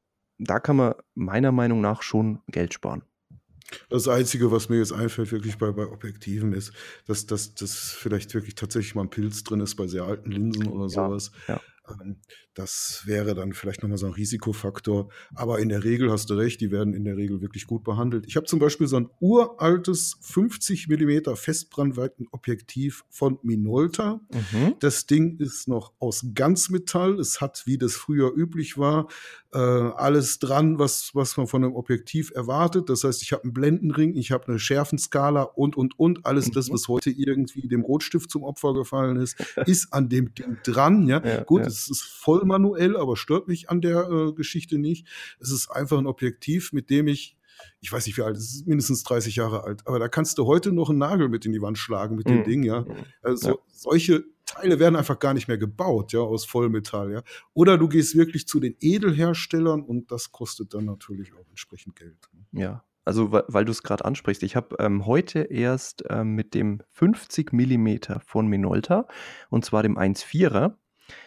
da kann man meiner Meinung nach schon Geld sparen. Das Einzige, was mir jetzt einfällt, wirklich bei, bei Objektiven ist, dass, dass, dass vielleicht wirklich tatsächlich mal ein Pilz drin ist bei sehr alten Linsen oder Ja, sowas. ja. Ähm, Das wäre dann vielleicht nochmal so ein Risikofaktor. Aber in der Regel hast du recht, die werden in der Regel wirklich gut behandelt. Ich habe zum Beispiel so ein uraltes fünfzig Millimeter Festbrennweitenobjektiv von Minolta. Mhm. Das Ding ist noch aus Ganzmetall. Es hat, wie das früher üblich war, äh, alles dran, was, was man von einem Objektiv erwartet. Das heißt, ich habe einen Blendenring, ich habe eine Schärfenskala und, und, und. Alles das, Mhm. was heute irgendwie dem Rotstift zum Opfer gefallen ist, ist an dem Ding dran. Ja, Ja, gut, ja. es ist voll manuell, aber stört mich an der äh, Geschichte nicht. Es ist einfach ein Objektiv, mit dem ich, ich weiß nicht wie alt, es ist mindestens dreißig Jahre alt, aber da kannst du heute noch einen Nagel mit in die Wand schlagen mit dem Mhm. Ding, ja. Mhm. Also Ja. solche Teile werden einfach gar nicht mehr gebaut, ja, aus Vollmetall, ja. Oder du gehst wirklich zu den Edelherstellern und das kostet dann natürlich auch entsprechend Geld. Ne? Ja, also weil, weil du es gerade ansprichst, ich habe ähm, heute erst ähm, mit dem fünfzig Millimeter von Minolta, und zwar dem eins Komma vierer,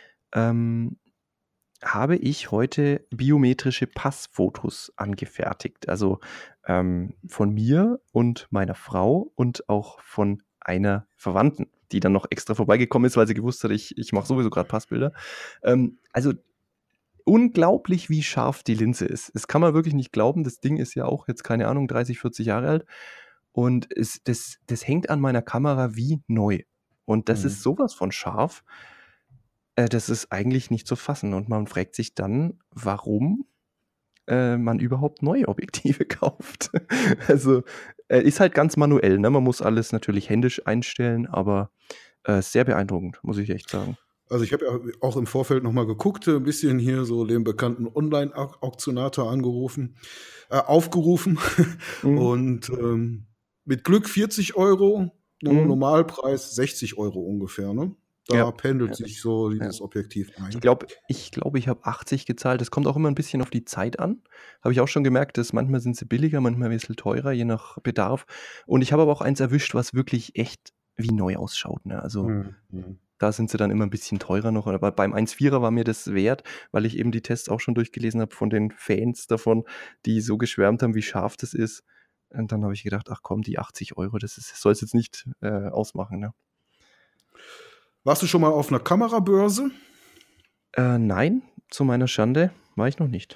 ähm, habe ich heute biometrische Passfotos angefertigt. Also ähm, von mir und meiner Frau und auch von einer Verwandten, die dann noch extra vorbeigekommen ist, weil sie gewusst hat, ich, ich mache sowieso gerade Passbilder. Ähm, also unglaublich, wie scharf die Linse ist. Das kann man wirklich nicht glauben. Das Ding ist ja auch jetzt, keine Ahnung, dreißig, vierzig Jahre alt. Und es, das, das hängt an meiner Kamera wie neu. Und das Mhm. ist sowas von scharf. Äh, das ist eigentlich nicht zu fassen. Und man fragt sich dann, warum äh, man überhaupt neue Objektive kauft. Also äh, ist halt ganz manuell. Ne? Man muss alles natürlich händisch einstellen, aber äh, sehr beeindruckend, muss ich echt sagen. Also ich habe ja auch im Vorfeld nochmal geguckt, ein bisschen hier so den bekannten Online-Auktionator angerufen, äh, aufgerufen Mhm. und ähm, mit Glück vierzig Euro, no- Mhm. Normalpreis sechzig Euro ungefähr, ne? Da Ja. pendelt Ja. sich so Ja. dieses Objektiv Ich ein. glaube, ich, glaub, ich habe achtzig gezahlt. Das kommt auch immer ein bisschen auf die Zeit an. Habe ich auch schon gemerkt, dass manchmal sind sie billiger, manchmal ein bisschen teurer, je nach Bedarf. Und ich habe aber auch eins erwischt, was wirklich echt wie neu ausschaut. Ne? Also Hm, hm. da sind sie dann immer ein bisschen teurer noch. Aber beim eins Komma vierer war mir das wert, weil ich eben die Tests auch schon durchgelesen habe von den Fans davon, die so geschwärmt haben, wie scharf das ist. Und dann habe ich gedacht, ach komm, die achtzig Euro, das soll es jetzt nicht äh, ausmachen. Ne? Warst du schon mal auf einer Kamerabörse? Äh, nein, zu meiner Schande war ich noch nicht.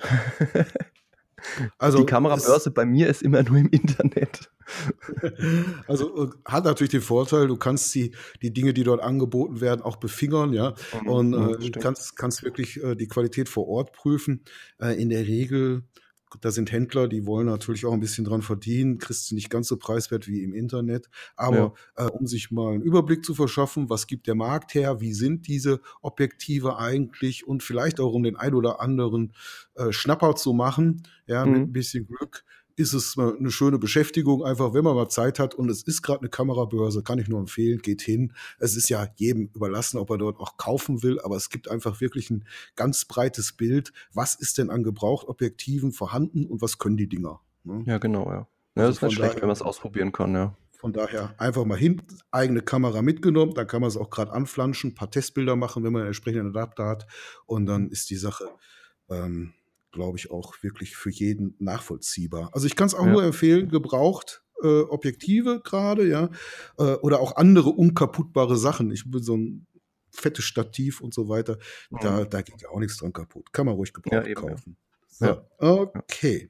Also Die es, Kamerabörse bei mir ist immer nur im Internet. also äh, hat natürlich den Vorteil, du kannst die, die Dinge, die dort angeboten werden, auch befingern, ja, und Mhm, äh, stimmt. kannst, kannst wirklich äh, die Qualität vor Ort prüfen. Äh, in der Regel, da sind Händler, die wollen natürlich auch ein bisschen dran verdienen, kriegst du nicht ganz so preiswert wie im Internet, aber äh, um sich mal einen Überblick zu verschaffen, was gibt der Markt her, wie sind diese Objektive eigentlich und vielleicht auch um den ein oder anderen äh, Schnapper zu machen, ja, mit Mhm. ein bisschen Glück, ist es eine schöne Beschäftigung, einfach wenn man mal Zeit hat und es ist gerade eine Kamerabörse, kann ich nur empfehlen, geht hin. Es ist ja jedem überlassen, ob er dort auch kaufen will, aber es gibt einfach wirklich ein ganz breites Bild. Was ist denn an Gebrauchtobjektiven vorhanden und was können die Dinger? Ne? Ja, genau, ja. Ja, Also das ist von nicht schlecht, daher- wenn man es ausprobieren kann, ja. Von daher einfach mal hin, eigene Kamera mitgenommen, dann kann man es auch gerade anflanschen, ein paar Testbilder machen, wenn man einen entsprechenden Adapter hat und dann ist die Sache, ähm, glaube ich, auch wirklich für jeden nachvollziehbar. Also ich kann es auch Ja. nur empfehlen, gebraucht äh, Objektive gerade, ja, äh, oder auch andere unkaputtbare Sachen. Ich bin so ein fettes Stativ und so weiter, da, da geht ja auch nichts dran kaputt. Kann man ruhig gebraucht Ja, eben, ja. kaufen. So, Ja. okay.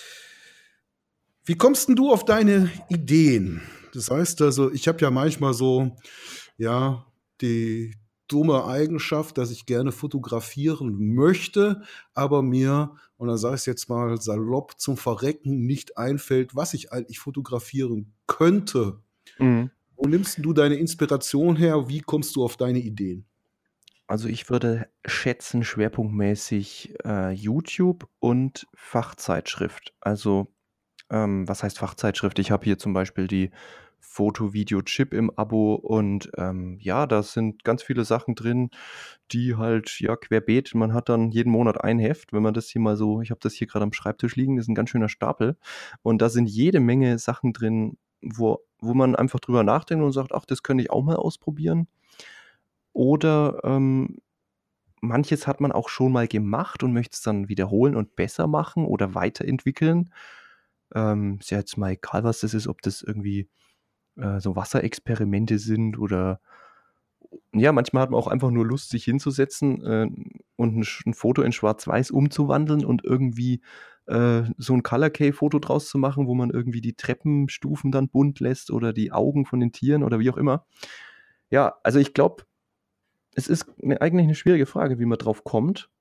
Wie kommst denn du auf deine Ideen? Das heißt also, ich habe ja manchmal so, ja, die dumme Eigenschaft, dass ich gerne fotografieren möchte, aber mir, und dann sage ich es jetzt mal salopp, zum Verrecken nicht einfällt, was ich eigentlich fotografieren könnte. Mhm. Wo nimmst du deine Inspiration her? Wie kommst du auf deine Ideen? Also ich würde schätzen, schwerpunktmäßig äh, YouTube und Fachzeitschrift. Also, ähm, was heißt Fachzeitschrift? Ich habe hier zum Beispiel die Foto-Video-Chip im Abo und ähm, ja, da sind ganz viele Sachen drin, die halt, ja, querbeet. Man hat dann jeden Monat ein Heft, wenn man das hier mal so, ich habe das hier gerade am Schreibtisch liegen, das ist ein ganz schöner Stapel. Und da sind jede Menge Sachen drin, wo, wo man einfach drüber nachdenkt und sagt, ach, das könnte ich auch mal ausprobieren. Oder ähm, manches hat man auch schon mal gemacht und möchte es dann wiederholen und besser machen oder weiterentwickeln. Ähm, ist ja jetzt mal egal, was das ist, ob das irgendwie äh, so Wasserexperimente sind oder ja, manchmal hat man auch einfach nur Lust, sich hinzusetzen äh, und ein, Sch- ein Foto in Schwarz-Weiß umzuwandeln und irgendwie äh, so ein Color-Key-Foto draus zu machen, wo man irgendwie die Treppenstufen dann bunt lässt oder die Augen von den Tieren oder wie auch immer. Ja, also ich glaube, es ist ne- eigentlich eine schwierige Frage, wie man drauf kommt.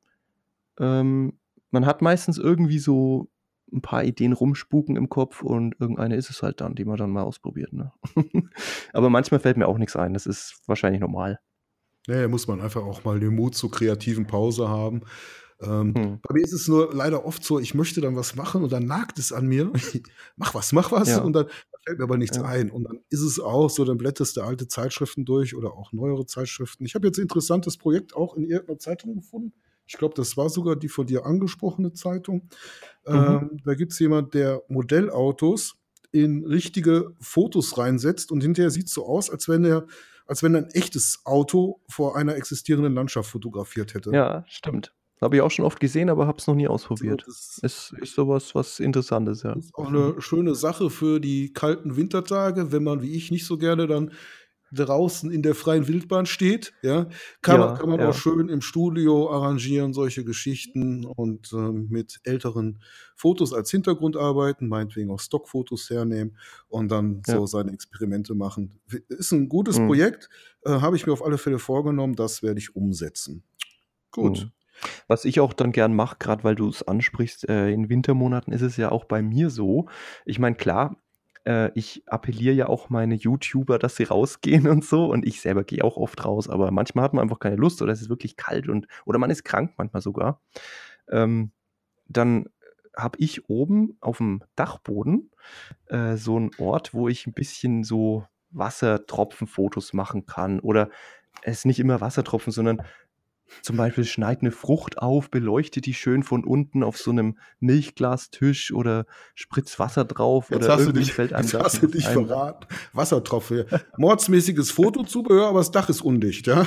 Ähm, man hat meistens irgendwie so ein paar Ideen rumspuken im Kopf und irgendeine ist es halt dann, die man dann mal ausprobiert. Ne? Aber manchmal fällt mir auch nichts ein. Das ist wahrscheinlich normal. Ja, da muss man einfach auch mal den Mut zur kreativen Pause haben. Ähm, Hm. Bei mir ist es nur leider oft so, ich möchte dann was machen und dann nagt es an mir. Mach was, mach was Ja. und dann fällt mir aber nichts Ja. ein. Und dann ist es auch so, dann blätterst du alte Zeitschriften durch oder auch neuere Zeitschriften. Ich habe jetzt ein interessantes Projekt auch in irgendeiner Zeitung gefunden. Ich glaube, das war sogar die von dir angesprochene Zeitung. Mhm. Ähm, da gibt es jemand, der Modellautos in richtige Fotos reinsetzt und hinterher sieht es so aus, als wenn er als wenn er ein echtes Auto vor einer existierenden Landschaft fotografiert hätte. Ja, stimmt. Habe ich auch schon oft gesehen, aber habe es noch nie Also ausprobiert. das Ist, ist sowas was Interessantes, ja. ist auch eine schöne Sache für die kalten Wintertage, wenn man wie ich nicht so gerne dann draußen in der freien Wildbahn steht. Ja, kann man, Ja, kann man ja. auch schön im Studio arrangieren, solche Geschichten und ähm, mit älteren Fotos als Hintergrund arbeiten, meinetwegen auch Stockfotos hernehmen und dann Ja. so seine Experimente machen. Ist ein gutes Mhm. Projekt, äh, habe ich mir auf alle Fälle vorgenommen, das werde ich umsetzen. Gut. Mhm. Was ich auch dann gern mache, gerade weil du es ansprichst, äh, in Wintermonaten ist es ja auch bei mir so. Ich meine, klar, äh, ich appelliere ja auch meine YouTuber, dass sie rausgehen und so. Und ich selber gehe auch oft raus, aber manchmal hat man einfach keine Lust oder es ist wirklich kalt und oder man ist krank manchmal sogar. Ähm, dann habe ich oben auf dem Dachboden äh, so einen Ort, wo ich ein bisschen so Wassertropfenfotos machen kann. Oder es ist nicht immer Wassertropfen, sondern zum Beispiel schneid eine Frucht auf, beleuchte die schön von unten auf so einem Milchglastisch oder spritz Wasser drauf Jetzt oder hast du irgendwie dich, fällt einem jetzt da hast schon du was dich ein. verraten. Wassertropfen. Mordsmäßiges Fotozubehör, aber das Dach ist undicht, ja?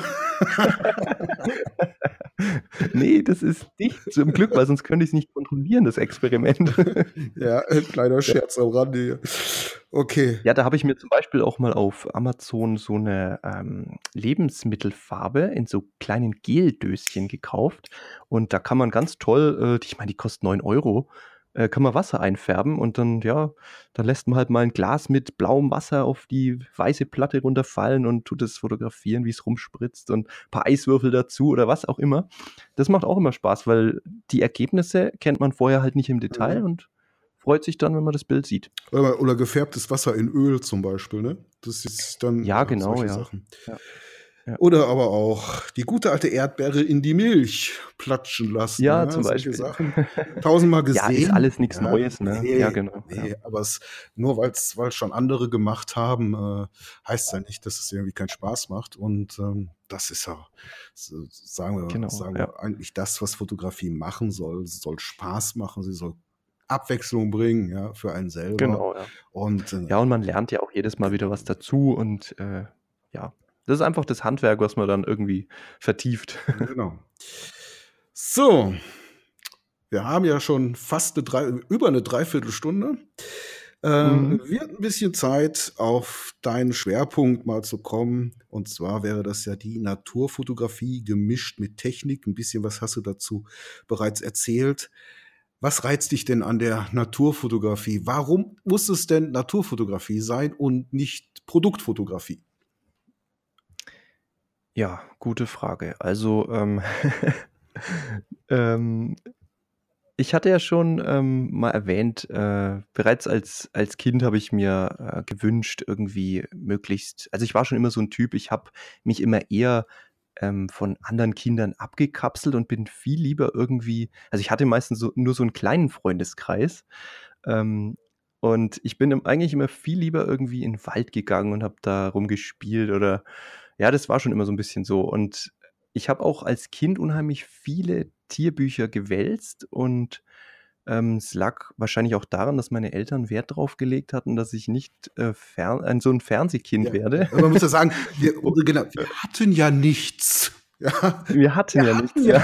Nee, das ist dicht, zum Glück, weil sonst könnte ich es nicht kontrollieren, das Experiment. Ja, äh, kleiner Scherz am Rande hier. Okay. Ja, da habe ich mir zum Beispiel auch mal auf Amazon so eine ähm, Lebensmittelfarbe in so kleinen Geldöschen gekauft. Und da kann man ganz toll, äh, ich meine, die kostet neun Euro, äh, kann man Wasser einfärben und dann, ja, dann lässt man halt mal ein Glas mit blauem Wasser auf die weiße Platte runterfallen und tut es fotografieren, wie es rumspritzt und ein paar Eiswürfel dazu oder was auch immer. Das macht auch immer Spaß, weil die Ergebnisse kennt man vorher halt nicht im Detail Mhm. und freut sich dann, wenn man das Bild sieht. Oder, oder gefärbtes Wasser in Öl zum Beispiel, ne? Das ist dann Ja, äh, genau, solche ja. Sachen. Ja. Ja. Oder aber auch die gute alte Erdbeere in die Milch platschen lassen. Ja, Ja, zum solche Beispiel. Sachen tausendmal Ja, ist gesehen. alles nichts Ja, Neues, ne? Ja, nee, genau. Ja. nee, aber es, nur weil es schon andere gemacht haben, äh, heißt ja nicht, dass es irgendwie keinen Spaß macht. Und ähm, das ist ja, so, sagen wir, Genau, sagen ja. wir eigentlich das, was Fotografie machen soll. Sie soll Spaß machen, sie soll Abwechslung bringen, ja, für einen selber. Genau, ja. Und äh, Ja, und man lernt ja auch jedes Mal wieder was dazu und äh, ja, das ist einfach das Handwerk, was man dann irgendwie vertieft. genau. So, wir haben ja schon fast eine drei, über eine Dreiviertelstunde. Äh, Mhm. wird ein bisschen Zeit, auf deinen Schwerpunkt mal zu kommen. Und zwar wäre das ja die Naturfotografie gemischt mit Technik. Ein bisschen was hast du dazu bereits erzählt. Was reizt dich denn an der Naturfotografie? Warum muss es denn Naturfotografie sein und nicht Produktfotografie? Ja, gute Frage. Also, ähm, ähm, ich hatte ja schon ähm, mal erwähnt, äh, bereits als, als Kind habe ich mir äh, gewünscht, irgendwie möglichst, also ich war schon immer so ein Typ, ich habe mich immer eher ähm, von anderen Kindern abgekapselt und bin viel lieber irgendwie, also ich hatte meistens so, nur so einen kleinen Freundeskreis. Ähm, und ich bin im- eigentlich immer viel lieber irgendwie in den Wald gegangen und habe da rumgespielt oder ja, das war schon immer so ein bisschen so. Und ich habe auch als Kind unheimlich viele Tierbücher gewälzt und ähm, es lag wahrscheinlich auch daran, dass meine Eltern Wert drauf gelegt hatten, dass ich nicht äh, fern, ein, so ein Fernsehkind Ja, werde. also man muss ja sagen, wir, Oh, unsere Gener äh, wir hatten ja nichts. Ja, wir hatten wir ja hatten nichts, ja, ja.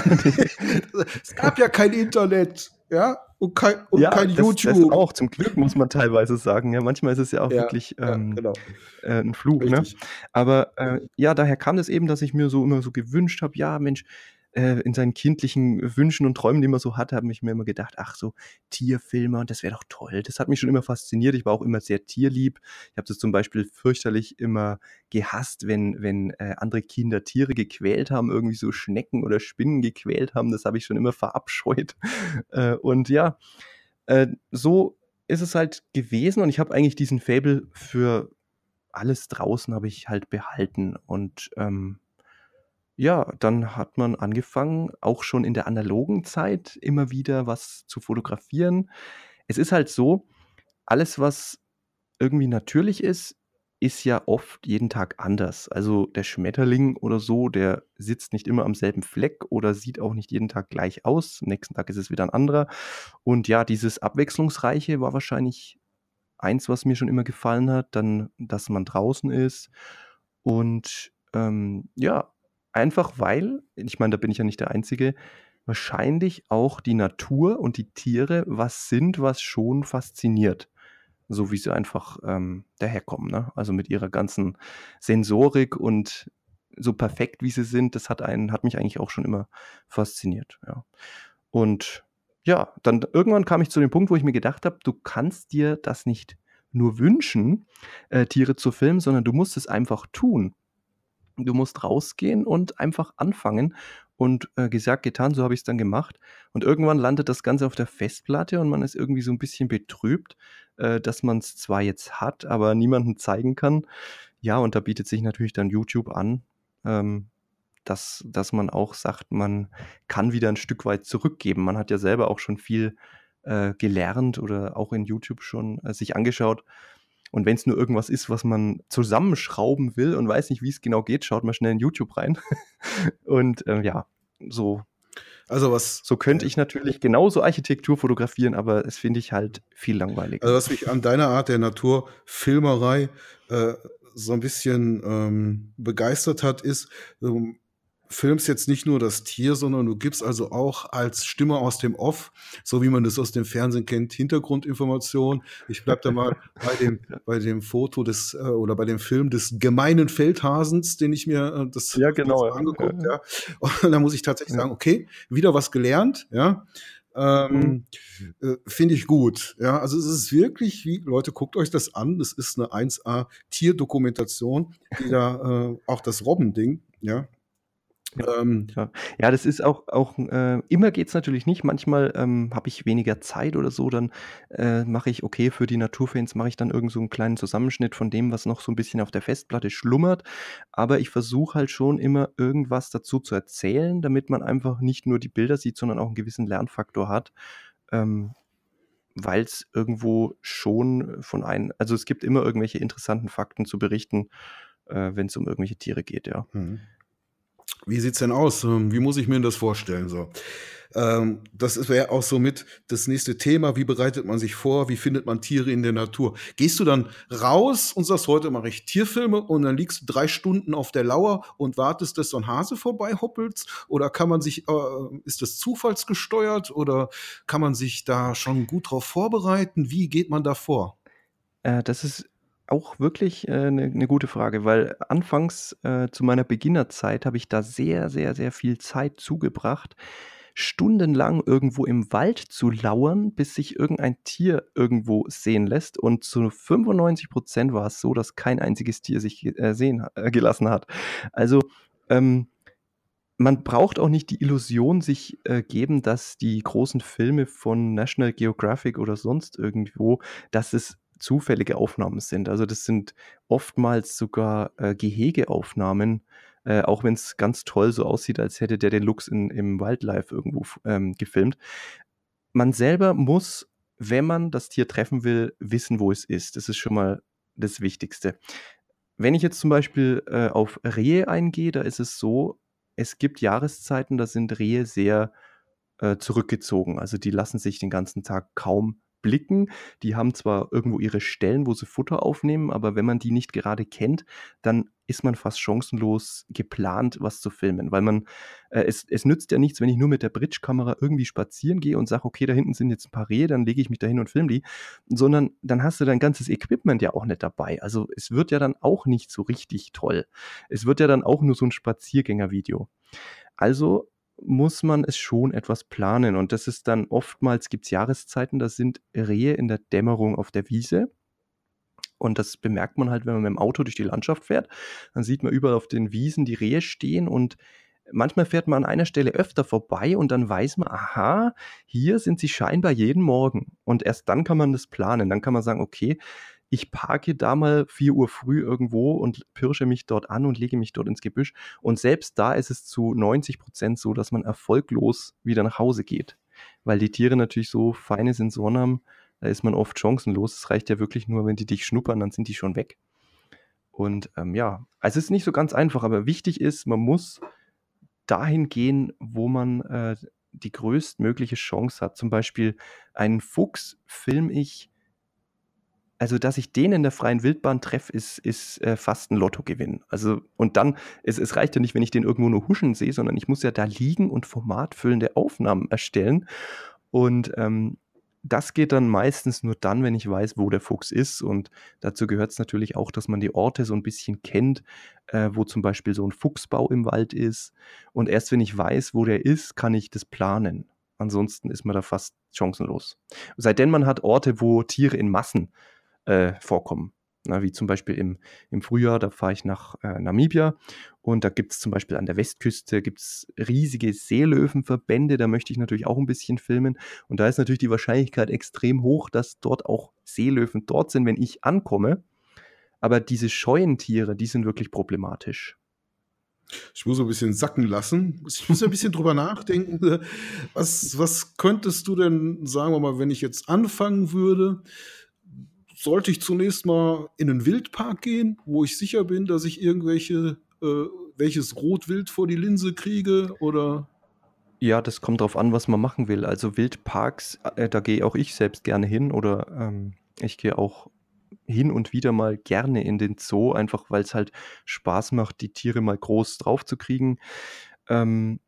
es gab ja kein Internet, ja, und kein, und Ja, kein das, das YouTube. auch, zum Glück muss man teilweise sagen. Ja, manchmal ist es ja auch Ja, wirklich ja, ähm, genau, äh, 'n Fluch, ne? richtig. Aber, äh, ja, daher kam das eben, dass ich mir so immer so gewünscht habe, ja, Mensch, äh, in seinen kindlichen Wünschen und Träumen, die man so hatte, habe ich mir immer gedacht: „Ach so, Tierfilme und das wäre doch toll.“ Das hat mich schon immer fasziniert. Ich war auch immer sehr tierlieb. Ich habe das zum Beispiel fürchterlich immer gehasst, wenn wenn, äh, andere Kinder Tiere gequält haben, irgendwie so Schnecken oder Spinnen gequält haben. Das habe ich schon immer verabscheut. Äh, und ja, äh, so ist es halt gewesen und ich habe eigentlich diesen Faible für alles draußen habe ich halt behalten und, ähm, ja, dann hat man angefangen, auch schon in der analogen Zeit immer wieder was zu fotografieren. Es ist halt so, alles, was irgendwie natürlich ist, ist ja oft jeden Tag anders. Also, der Schmetterling oder so, der sitzt nicht immer am selben Fleck oder sieht auch nicht jeden Tag gleich aus. Nächsten Tag ist es wieder ein anderer. Und ja, dieses Abwechslungsreiche war wahrscheinlich eins, was mir schon immer gefallen hat, dann, dass man draußen ist und, ähm, ja, einfach weil ich meine, da bin ich ja nicht der Einzige, wahrscheinlich auch die Natur und die Tiere was sind, was schon fasziniert, so wie sie einfach, ähm, daherkommen, ne? Also, mit ihrer ganzen Sensorik und so perfekt, wie sie sind, das hat einen hat mich eigentlich auch schon immer fasziniert, ja. Und ja, dann irgendwann kam ich zu dem Punkt, wo ich mir gedacht habe: „Du kannst dir das nicht nur wünschen, äh, Tiere zu filmen, sondern du musst es einfach tun.“ Du musst rausgehen und einfach anfangen und, äh, gesagt, getan, so habe ich's dann gemacht. Und irgendwann landet das Ganze auf der Festplatte und man ist irgendwie so 'n bisschen betrübt, äh, dass man's zwar jetzt hat, aber niemandem zeigen kann. Ja, und da bietet sich natürlich dann YouTube an, ähm, dass dass man auch sagt, man kann wieder 'n Stück weit zurückgeben. Man hat ja selber auch schon viel, äh, gelernt oder auch in YouTube schon, äh, sich angeschaut. Und wenn's nur irgendwas ist, was man zusammenschrauben will und weiß nicht, wie's genau geht, schaut mal schnell in YouTube rein. Und, ähm, ja, so Also was, so könnte äh, ich natürlich genauso Architektur fotografieren, aber das finde ich halt viel langweiliger. also was mich an deiner Art der Naturfilmerei äh, so ein bisschen ähm, begeistert hat, ist, du filmst jetzt nicht nur das Tier, sondern du gibst also auch als Stimme aus dem Off, so wie man das aus dem Fernsehen kennt, Hintergrundinformationen. Ich bleib da mal bei dem, bei dem Foto des äh, oder bei dem Film des gemeinen Feldhasens, den ich mir äh, das Ja, hab ich mir genau, jetzt ja. mal angeguckt, Ja, ja. Und da muss ich tatsächlich ja. sagen, okay, wieder was gelernt, ja. Mhm. Ähm, äh, Finde ich gut. Ja, also es ist wirklich, wie, Leute, guckt euch das an. Das ist eine eins A Tierdokumentation, die da äh, auch das Robbending, ja, Ja, Ähm, ja. Ja, das ist auch auch, äh immer geht's natürlich nicht. Manchmal, ähm, habe ich weniger Zeit oder so, dann, äh, mache ich okay, für die Naturfans mache ich dann irgend so 'n kleinen Zusammenschnitt von dem, was noch so 'n bisschen auf der Festplatte schlummert. Aber ich versuche halt schon immer irgendwas dazu zu erzählen, damit man einfach nicht nur die Bilder sieht, sondern auch 'n gewissen Lernfaktor hat, ähm, weil's irgendwo schon von ein also, es gibt immer irgendwelche interessanten Fakten zu berichten, äh, wenn's um irgendwelche Tiere geht, ja. Mhm. Wie sieht's denn aus? Ähm, wie muss ich mir denn das vorstellen so? Ähm, das ist wäre auch so mit das nächste Thema. Wie bereitet man sich vor? Wie findet man Tiere in der Natur? Gehst du dann raus und sagst: „Heute mache ich Tierfilme“, und dann liegst du drei Stunden auf der Lauer und wartest, dass so 'n Hase vorbeihoppelt? Oder kann man sich äh, ist das zufallsgesteuert oder kann man sich da schon gut drauf vorbereiten? Wie geht man da vor? Äh, das ist auch wirklich, äh, 'ne 'ne gute Frage, weil anfangs, äh, zu meiner Beginnerzeit habe ich da sehr, sehr, sehr viel Zeit zugebracht, stundenlang irgendwo im Wald zu lauern, bis sich irgendein Tier irgendwo sehen lässt. Und zu fünfundneunzig Prozent war es so, dass kein einziges Tier sich, äh, sehen äh, gelassen hat. Also, ähm, man braucht auch nicht die Illusion sich, äh, geben, dass die großen Filme von National Geographic oder sonst irgendwo dass es zufällige Aufnahmen sind. Also, das sind oftmals sogar, äh, Gehegeaufnahmen, äh, auch wenn's ganz toll so aussieht, als hätte der den Luchs in im Wildlife irgendwo f ähm, gefilmt. Man selber muss, wenn man das Tier treffen will, wissen, wo es ist. Das ist schon mal das Wichtigste. Wenn ich jetzt zum Beispiel, äh, auf Rehe eingehe, da ist es so, es gibt Jahreszeiten, da sind Rehe sehr, äh, zurückgezogen. Also, die lassen sich den ganzen Tag kaum blicken. Die haben zwar irgendwo ihre Stellen, wo sie Futter aufnehmen, aber wenn man die nicht gerade kennt, dann ist man fast chancenlos geplant, was zu filmen, weil man äh, es es nützt ja nichts, wenn ich nur mit der Bridgekamera irgendwie spazieren gehe und sage: „Okay, da hinten sind jetzt 'n paar Rehe, dann lege ich mich da hin und filme die“, sondern dann hast du dein ganzes Equipment ja auch nicht dabei. Also, es wird ja dann auch nicht so richtig toll. Es wird ja dann auch nur so 'n Spaziergängervideo. Also, muss man es schon etwas planen und das ist dann oftmals gibt's Jahreszeiten, da sind Rehe in der Dämmerung auf der Wiese. Und das bemerkt man halt, wenn man mit'm Auto durch die Landschaft fährt. Dann sieht man überall auf den Wiesen die Rehe stehen und manchmal fährt man an einer Stelle öfter vorbei und dann weiß man: „Aha, hier sind sie scheinbar jeden Morgen.“ Und erst dann kann man das planen. Dann kann man sagen: „Okay, ich parke da mal vier Uhr früh irgendwo und pirsche mich dort an und lege mich dort ins Gebüsch.“ Und selbst da ist es zu neunzig Prozent so, dass man erfolglos wieder nach Hause geht, weil die Tiere natürlich so feine Sensoren haben, da ist man oft chancenlos. Es reicht ja wirklich nur, wenn die dich schnuppern, dann sind die schon weg. Und, ähm, ja, also, es ist nicht so ganz einfach, aber wichtig ist, man muss dahin gehen, wo man, äh, die größtmögliche Chance hat. Zum Beispiel einen Fuchs filme ich also, dass ich den in der freien Wildbahn treffe, ist ist, äh, fast 'n Lottogewinn. Also und dann es es reicht ja nicht, wenn ich den irgendwo nur huschen sehe, sondern ich muss ja da liegen und formatfüllende Aufnahmen erstellen. Und, ähm, das geht dann meistens nur dann, wenn ich weiß, wo der Fuchs ist. Und dazu gehört's natürlich auch, dass man die Orte so 'n bisschen kennt, äh, wo zum Beispiel so 'n Fuchsbau im Wald ist. Und erst wenn ich weiß, wo der ist, kann ich das planen. Ansonsten ist man da fast chancenlos. Sei denn, man hat Orte, wo Tiere in Massen, äh, vorkommen, ne, wie zum Beispiel im im Frühjahr, da fahre ich nach, äh, Namibia und da gibt's zum Beispiel an der Westküste gibt's riesige Seelöwenverbände, da möchte ich natürlich auch 'n bisschen filmen. Und da ist natürlich die Wahrscheinlichkeit extrem hoch, dass dort auch Seelöwen dort sind, wenn ich ankomme. Aber diese scheuen Tiere, die sind wirklich problematisch. Ich muss so 'n bisschen sacken lassen. Ich muss ein bisschen drüber nachdenken. Äh, was was könntest du denn sagen wir mal, wenn ich jetzt anfangen würde, sollte ich zunächst mal in 'nen Wildpark gehen, wo ich sicher bin, dass ich irgendwelche äh, welches Rotwild vor die Linse kriege, oder? Ja, das kommt drauf an, was man machen will. Also, Wildparks, äh, da gehe auch ich selbst gerne hin oder, ähm, ich gehe auch hin und wieder mal gerne in den Zoo, einfach weil's halt Spaß macht, die Tiere mal groß draufzukriegen. Ähm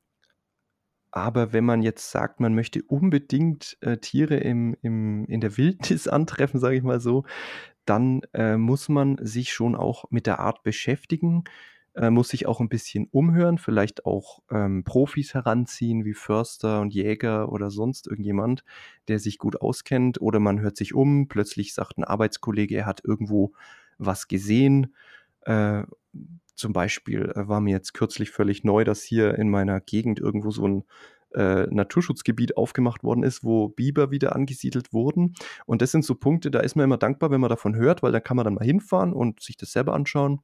aber wenn man jetzt sagt, man möchte unbedingt, äh, Tiere im im in der Wildnis antreffen, sage ich mal so, dann, äh, muss man sich schon auch mit der Art beschäftigen, äh, muss sich auch 'n bisschen umhören, vielleicht auch, ähm, Profis heranziehen wie Förster und Jäger oder sonst irgendjemand, der sich gut auskennt. Oder man hört sich um, plötzlich sagt 'n Arbeitskollege, er hat irgendwo was gesehen. Äh, zum Beispiel äh, war mir jetzt kürzlich völlig neu, dass hier in meiner Gegend irgendwo so ein äh, Naturschutzgebiet aufgemacht worden ist, wo Biber wieder angesiedelt wurden. Und das sind so Punkte, da ist man immer dankbar, wenn man davon hört, weil da kann man dann mal hinfahren und sich das selber anschauen.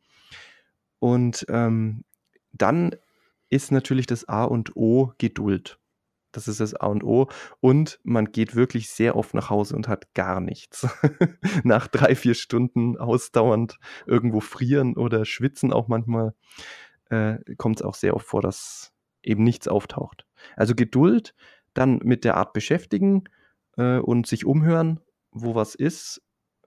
Und ähm, dann ist natürlich das A und O Geduld. Das ist das A und O. Und man geht wirklich sehr oft nach Hause und hat gar nichts. Nach drei, vier Stunden ausdauernd irgendwo frieren oder schwitzen auch manchmal, äh, kommt es auch sehr oft vor, dass eben nichts auftaucht. Also Geduld, dann mit der Art beschäftigen äh, und sich umhören, wo was ist.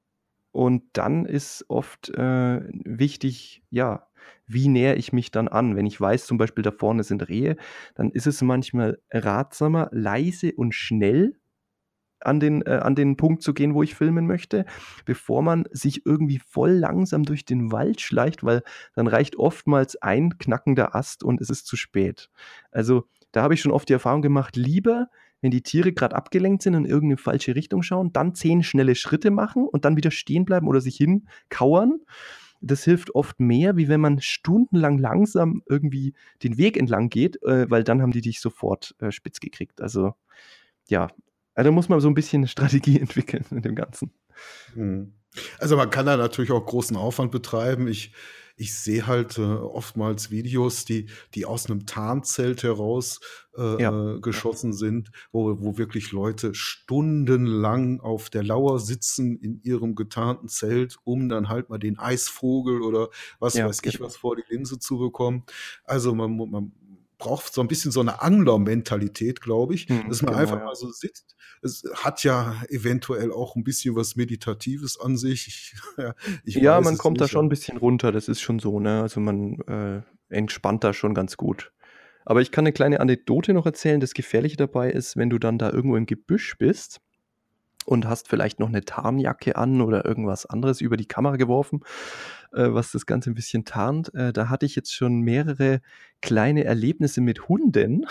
Und dann ist oft äh, wichtig, ja, wie nähere ich mich dann an? Wenn ich weiß, zum Beispiel da vorne sind Rehe, dann ist es manchmal ratsamer, leise und schnell an den, äh, an den Punkt zu gehen, wo ich filmen möchte, bevor man sich irgendwie voll langsam durch den Wald schleicht, weil dann reicht oftmals ein knackender Ast und es ist zu spät. Also da habe ich schon oft die Erfahrung gemacht, lieber, wenn die Tiere gerade abgelenkt sind und in irgendeine falsche Richtung schauen, dann zehn schnelle Schritte machen und dann wieder stehen bleiben oder sich hinkauern. Das hilft oft mehr, wie wenn man stundenlang langsam irgendwie den Weg entlang geht, äh, weil dann haben die dich sofort äh, spitz gekriegt. Also ja, also da muss man so ein bisschen eine Strategie entwickeln in dem Ganzen. Mhm. Also man kann da natürlich auch großen Aufwand betreiben. Ich, ich sehe halt äh, oftmals Videos, die, die aus einem Tarnzelt heraus äh, Ja. äh, geschossen sind, wo, wo wirklich Leute stundenlang auf der Lauer sitzen in ihrem getarnten Zelt, um dann halt mal den Eisvogel oder was Ja, weiß ich genau. was vor die Linse zu bekommen. Also man, mu- man braucht so ein bisschen so eine Angler-Mentalität, glaube ich, Mhm, dass man genau, einfach ja. mal so sitzt. Es hat ja eventuell auch ein bisschen was Meditatives an sich. Ich, ja, ich Ja, weiß man es kommt da nicht. schon ein bisschen runter, das ist schon so, ne? Also man äh, entspannt da schon ganz gut. Aber ich kann eine kleine Anekdote noch erzählen. Das Gefährliche dabei ist, wenn du dann da irgendwo im Gebüsch bist und hast vielleicht noch eine Tarnjacke an oder irgendwas anderes über die Kamera geworfen, äh, was das Ganze ein bisschen tarnt. Äh, da hatte ich jetzt schon mehrere kleine Erlebnisse mit Hunden.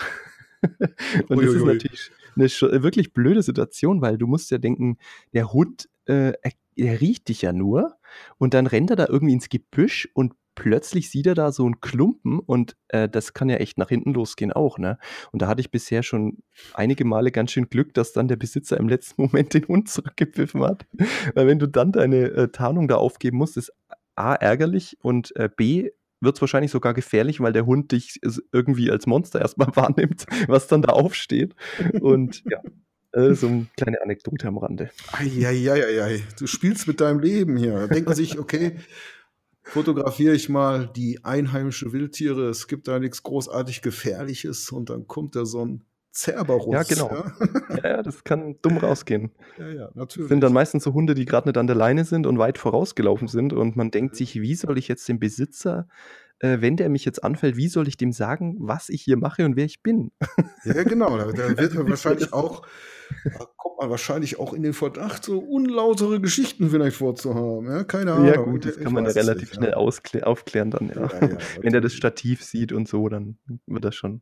Und das ist Uiuiui. natürlich eine sch- wirklich blöde Situation, weil du musst ja denken, der Hund, äh, er, er riecht dich ja nur und dann rennt er da irgendwie ins Gebüsch und plötzlich sieht er da so einen Klumpen und äh, das kann ja echt nach hinten losgehen auch, ne? Und da hatte ich bisher schon einige Male ganz schön Glück, dass dann der Besitzer im letzten Moment den Hund zurückgepfiffen hat. Weil wenn du dann deine äh, Tarnung da aufgeben musst, ist A, ärgerlich und äh, B, wird es wahrscheinlich sogar gefährlich, weil der Hund dich s- irgendwie als Monster erstmal wahrnimmt, was dann da aufsteht. Und ja, äh, so eine kleine Anekdote am Rande. Eieieiei, du spielst mit deinem Leben hier. Da denkt man sich, okay, fotografiere ich mal die einheimische Wildtiere, es gibt da nichts großartig Gefährliches und dann kommt da so ein Cerberus. Ja, genau. Ja, Ja, ja, das kann dumm rausgehen. ja, ja Das natürlich. sind dann meistens so Hunde, die gerade nicht an der Leine sind und weit vorausgelaufen sind und man denkt sich, wie soll ich jetzt dem Besitzer, äh, wenn der mich jetzt anfällt, wie soll ich dem sagen, was ich hier mache und wer ich bin? Ja, genau. Da, da wird man Wie soll wahrscheinlich das- auch, da kommt man wahrscheinlich auch in den Verdacht, so unlautere Geschichten vielleicht vorzuhaben. Ja, keine Ahnung. Ja gut, das Ich kann man ja weiß es relativ nicht, schnell ja. ausklä- aufklären dann, ja. Ja, ja, Wenn er das natürlich. Stativ sieht und so, dann wird das schon.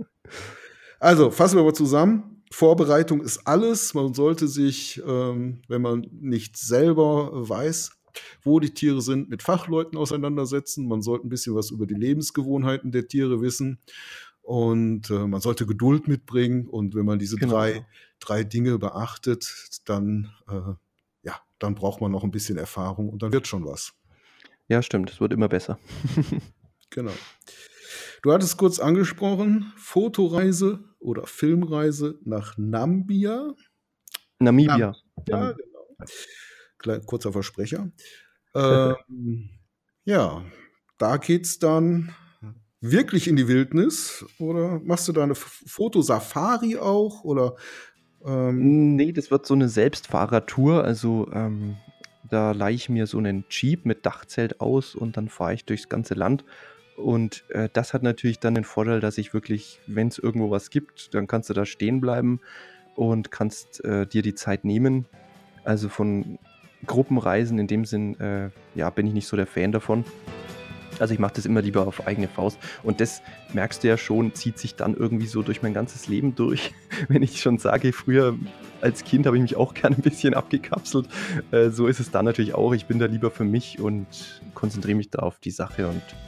Also, fassen wir mal zusammen. Vorbereitung ist alles. Man sollte sich, ähm, wenn man nicht selber weiß, wo die Tiere sind, mit Fachleuten auseinandersetzen. Man sollte ein bisschen was über die Lebensgewohnheiten der Tiere wissen. Und äh, man sollte Geduld mitbringen. Und wenn man diese Genau, drei, ja. drei Dinge beachtet, dann, äh, ja, dann braucht man noch ein bisschen Erfahrung und dann wird schon was. Ja, stimmt, es wird immer besser. Genau. Du hattest kurz angesprochen, Fotoreise oder Filmreise nach Nambia. Namibia. Ja, Namibia. genau. Klein, kurzer Versprecher. Ähm, ja, da geht's dann wirklich in die Wildnis oder machst du da eine F- Fotosafari auch oder ähm, Nee, das wird so eine Selbstfahrertour. Also ähm, da leihe ich mir so einen Jeep mit Dachzelt aus und dann fahre ich durchs ganze Land. Und äh, das hat natürlich dann den Vorteil, dass ich wirklich, wenn es irgendwo was gibt, dann kannst du da stehen bleiben und kannst äh, dir die Zeit nehmen. Also von Gruppenreisen in dem Sinn, äh, ja, bin ich nicht so der Fan davon. Also ich mache das immer lieber auf eigene Faust. Und das merkst du ja schon, zieht sich dann irgendwie so durch mein ganzes Leben durch. Wenn ich schon sage, früher als Kind habe ich mich auch gerne ein bisschen abgekapselt. Äh, so ist es dann natürlich auch. Ich bin da lieber für mich und konzentriere mich da auf die Sache und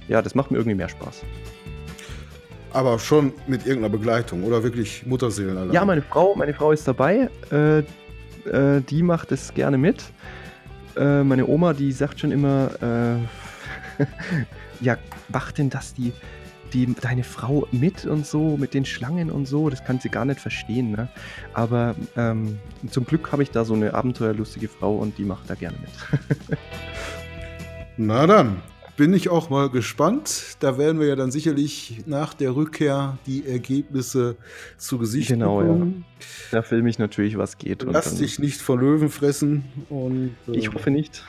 ja, das macht mir irgendwie mehr Spaß. Aber schon mit irgendeiner Begleitung oder wirklich Mutterseelen allein? Ja, meine Frau, meine Frau ist dabei. Äh, äh, die macht es gerne mit. Äh, meine Oma, die sagt schon immer, äh, ja, macht denn das die, die, deine Frau mit und so, mit den Schlangen und so? Das kann sie gar nicht verstehen, ne? Aber ähm, zum Glück habe ich da so eine abenteuerlustige Frau und die macht da gerne mit. Na dann, bin ich auch mal gespannt. Da werden wir ja dann sicherlich nach der Rückkehr die Ergebnisse zu Gesicht Genau, bekommen. Ja. Da filme ich natürlich, was geht. Und Lass dann, dich nicht von Löwen fressen. Und, äh, ich hoffe nicht.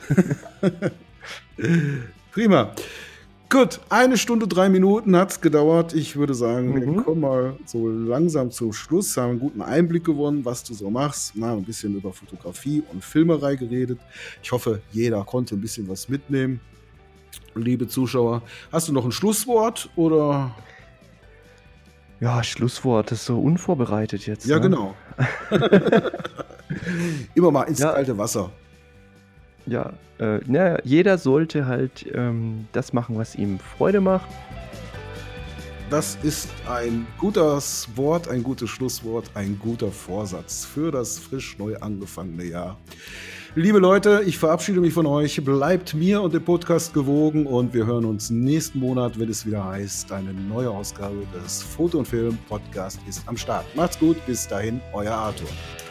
Prima. Gut, eine Stunde, drei Minuten hat es gedauert. Ich würde sagen, Mhm. wir kommen mal so langsam zum Schluss. Haben einen guten Einblick gewonnen, was du so machst. Mal ein bisschen über Fotografie und Filmerei geredet. Ich hoffe, jeder konnte ein bisschen was mitnehmen. Liebe Zuschauer, hast du noch ein Schlusswort oder? Ja, Schlusswort, das ist so unvorbereitet jetzt. Ja, ne? genau. Immer mal ins Ja. kalte Wasser. Ja, äh, na, jeder sollte halt ähm, das machen, was ihm Freude macht. Das ist ein gutes Wort, ein gutes Schlusswort, ein guter Vorsatz für das frisch neu angefangene Jahr. Liebe Leute, ich verabschiede mich von euch. Bleibt mir und dem Podcast gewogen und wir hören uns nächsten Monat, wenn es wieder heißt, eine neue Ausgabe des Foto- und Film-Podcasts ist am Start. Macht's gut, bis dahin, euer Arthur.